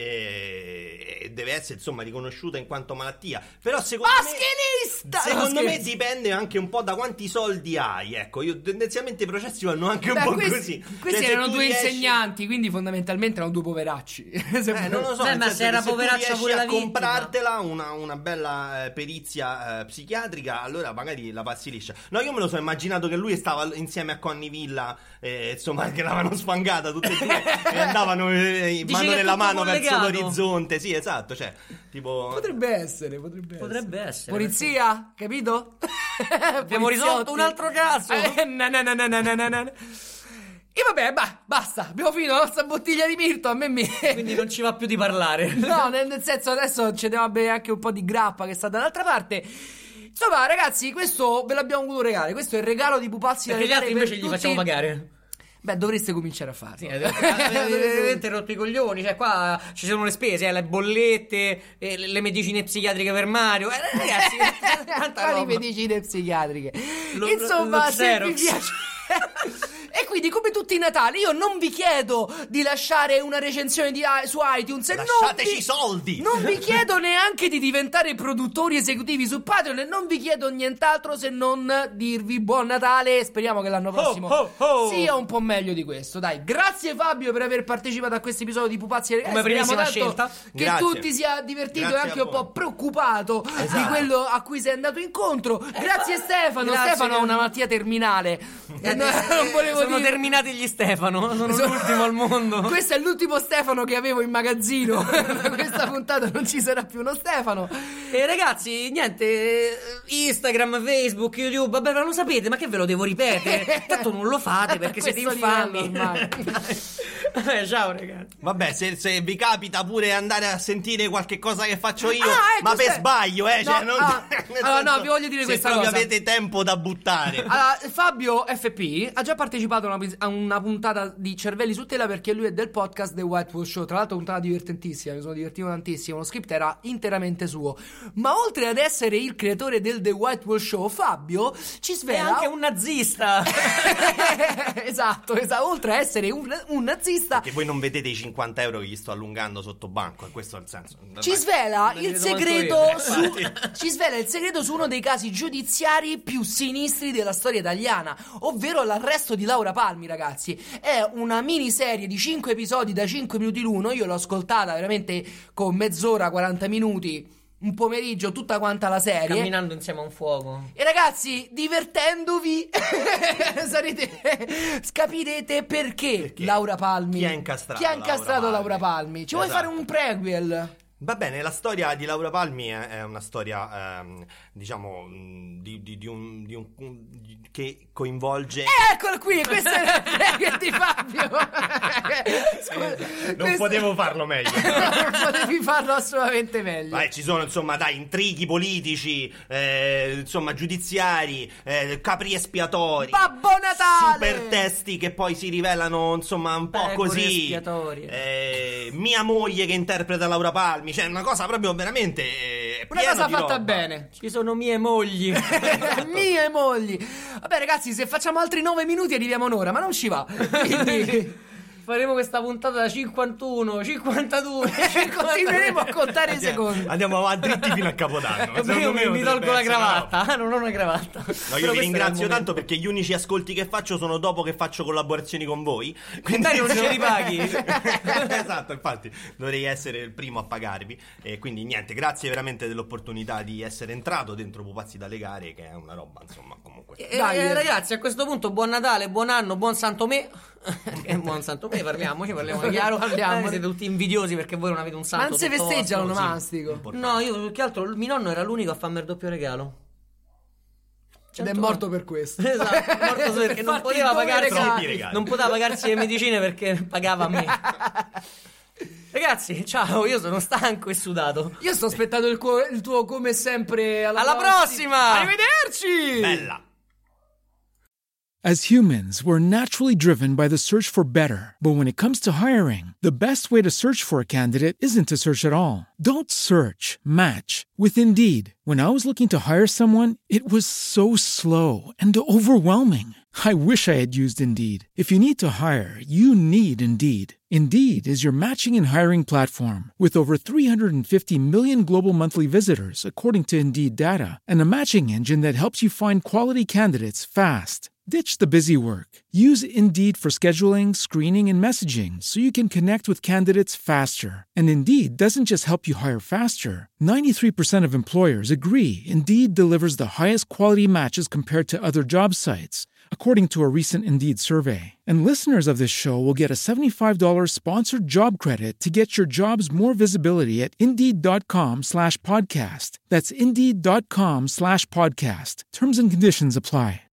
eh, deve essere insomma riconosciuta in quanto malattia. Però secondo Maschilista! me, secondo No, me scherzo. dipende anche un po' da quanti soldi hai. Ecco, io tendenzialmente i processi vanno anche un Beh, po' questi, così. questi Cioè, se erano tu due riesci- insegnanti, quindi fondamentalmente erano due poveracci. Se- Eh, non lo so, Beh, nel ma senso se era che tu poveraccia riesci pure a la vittima. comprartela una, una bella eh, perizia eh, psichiatrica, allora magari la passi liscia. No, io me lo so immaginato che lui stava insieme a Conny Villa, eh, insomma, che l'avevano sfangata tutte e due e andavano eh, Dici mano che è nella tutto mano verso collegato? l'orizzonte. Sì, esatto, cioè, tipo Potrebbe essere, potrebbe, Potrebbe essere. essere. Polizia, capito? Abbiamo risolto un altro caso. Eh, na, na, na, na, na, na, na, na. E vabbè, bah, basta, abbiamo finito la nostra bottiglia di mirto, a me mi... Quindi non ci va più di parlare. No, nel, nel senso adesso ci andiamo a bere anche un po' di grappa che sta dall'altra parte. Insomma, ragazzi, questo ve l'abbiamo voluto regalare. Questo è il regalo di Pupazzi da Perché gli regalare altri invece per gli tutti. facciamo pagare. Beh, dovreste cominciare a farlo. Sì, avete rotto i coglioni. Cioè, qua ci sono le spese, eh, le bollette, eh, le le medicine psichiatriche per Mario. Eh, ragazzi, tanta Quali roba. medicine psichiatriche. Lo- Insomma, lo se vi Xerox. piace. E quindi, come tutti i Natali, io non vi chiedo di lasciare una recensione di, i- su iTunes e non lasciateci vi, i soldi. non vi chiedo neanche di diventare produttori esecutivi su Patreon e non vi chiedo nient'altro se non dirvi buon Natale e speriamo che l'anno prossimo ho, ho. sia un po' meglio di questo. Dai, grazie Fabio per aver partecipato a questo episodio di Pupazzi e Regali. Come Speriamo primissima tanto scelta. che Grazie. tu ti sia divertito Grazie e anche a un voi. po' preoccupato di Esatto. quello a cui sei andato incontro. Grazie Stefano. Grazie, Stefano ha grazie. una malattia terminale. Eh, No, eh, non volevo sono dirlo. Quindi- terminati gli Stefano. Sono Sono- l'ultimo al mondo. Questo è l'ultimo Stefano che avevo in magazzino. Da questa puntata non ci sarà più uno Stefano. E ragazzi, niente, eh, Instagram, Facebook, YouTube, vabbè, ma lo sapete, ma che ve lo devo ripetere? Tanto non lo fate perché A siete questo infami. livello ormai. Vabbè, ciao ragazzi. Vabbè, se, se vi capita pure andare a sentire qualche cosa che faccio io, Ah, ecco, ma per stai- sbaglio, eh, No, cioè, non, ah, nel allora, no, senso, vi voglio dire se questa proprio cosa. avete tempo da buttare. Allora, Fabio F P ha già partecipato a una, a una puntata di Cervelli su Tela perché lui è del podcast The White Wolf Show. Tra l'altro puntata divertentissima, mi sono divertito tantissimo. Lo script era interamente suo. Ma oltre ad essere il creatore del The White Wolf Show, Fabio ci È svela anche un nazista. esatto, esatto, oltre a essere un, un nazista, Che voi non vedete i cinquanta euro che gli sto allungando sotto banco, e questo è il senso. ci svela Non il li vedo manco segreto io. su, ci svela il segreto su uno dei casi giudiziari più sinistri della storia italiana, ovvero l'arresto di Laura Palmi, ragazzi. È una miniserie di cinque episodi da cinque minuti l'uno. Io l'ho ascoltata veramente con mezz'ora, quaranta minuti, un pomeriggio, tutta quanta la serie. Camminando insieme a un fuoco. E ragazzi, divertendovi sarete capirete perché, Perché? Laura Palmi. Chi ha incastrato Chi ha incastrato Laura Laura Palmi? Palmi? Ci vuoi Esatto. fare un prequel? Va bene, la storia di Laura Palmi è, è una storia, ehm, diciamo, mh, di, di- di un, di un- di- che coinvolge... Eccolo qui, questo è il prequel di Fabio. Scusa, non questo- potevo farlo meglio. non potevi farlo assolutamente meglio. Vai, ci sono, insomma, dai, intrighi politici, eh, insomma, giudiziari, eh, capri espiatori, Babbo Natale! super testi che poi si rivelano, insomma, un po' Pecore così. espiatorie. Eh, mia moglie che interpreta Laura Palmi, cioè una cosa proprio veramente eh, Una piena cosa di fatta roba. bene. Ci sono mie mogli. Mie mogli. Vabbè ragazzi, se facciamo altri nove minuti arriviamo a un'ora, ma non ci va. Quindi Faremo questa puntata da cinquantuno, cinquantadue. continueremo a contare i secondi. Andiamo avanti dritti fino a Capodanno. Io Secondo me mi, mi potrebbe tolgo la essere una roba. cravatta. Ah, non ho una cravatta. No, Però io questo vi era il ringrazio momento. tanto perché gli unici ascolti che faccio sono dopo che faccio collaborazioni con voi. Quindi Dai, non ce li paghi. Esatto, infatti dovrei essere il primo a pagarvi. E quindi niente, grazie veramente dell'opportunità di essere entrato dentro Pupazzi dalle gare, che è una roba, insomma, comunque. Eh, Dai, eh, eh. ragazzi, a questo punto buon Natale, buon anno, buon Santo Me. Eh, buon Santo Me, parliamoci, parliamo chiaro. Parliamo. Eh, siete tutti invidiosi perché voi non avete un Ma santo. non si tutto festeggia vostro. l'onomastico. No, io più che altro, mio nonno era l'unico a farmi il doppio regalo. Ed è Cento morto per questo. Esatto, è morto solo perché non farti poteva due pagarsi regali. regali. non poteva pagarsi le medicine perché pagava a me. Ragazzi, ciao, io sono stanco e sudato. Io sto aspettando il, co- il tuo come sempre. Alla, Alla prossima! Arrivederci! Bella. As humans, we're naturally driven by the search for better. But when it comes to hiring, the best way to search for a candidate isn't to search at all. Don't search, match with Indeed. When I was looking to hire someone, it was so slow and overwhelming. I wish I had used Indeed. If you need to hire, you need Indeed. Indeed is your matching and hiring platform with over three hundred fifty million global monthly visitors, according to Indeed data, and a matching engine that helps you find quality candidates fast. Ditch the busy work. Use Indeed for scheduling, screening, and messaging so you can connect with candidates faster. And Indeed doesn't just help you hire faster. ninety-three percent of employers agree Indeed delivers the highest quality matches compared to other job sites, according to a recent Indeed survey. And listeners of this show will get a seventy-five dollars sponsored job credit to get your jobs more visibility at Indeed.com slash podcast. That's Indeed.com slash podcast. Terms and conditions apply.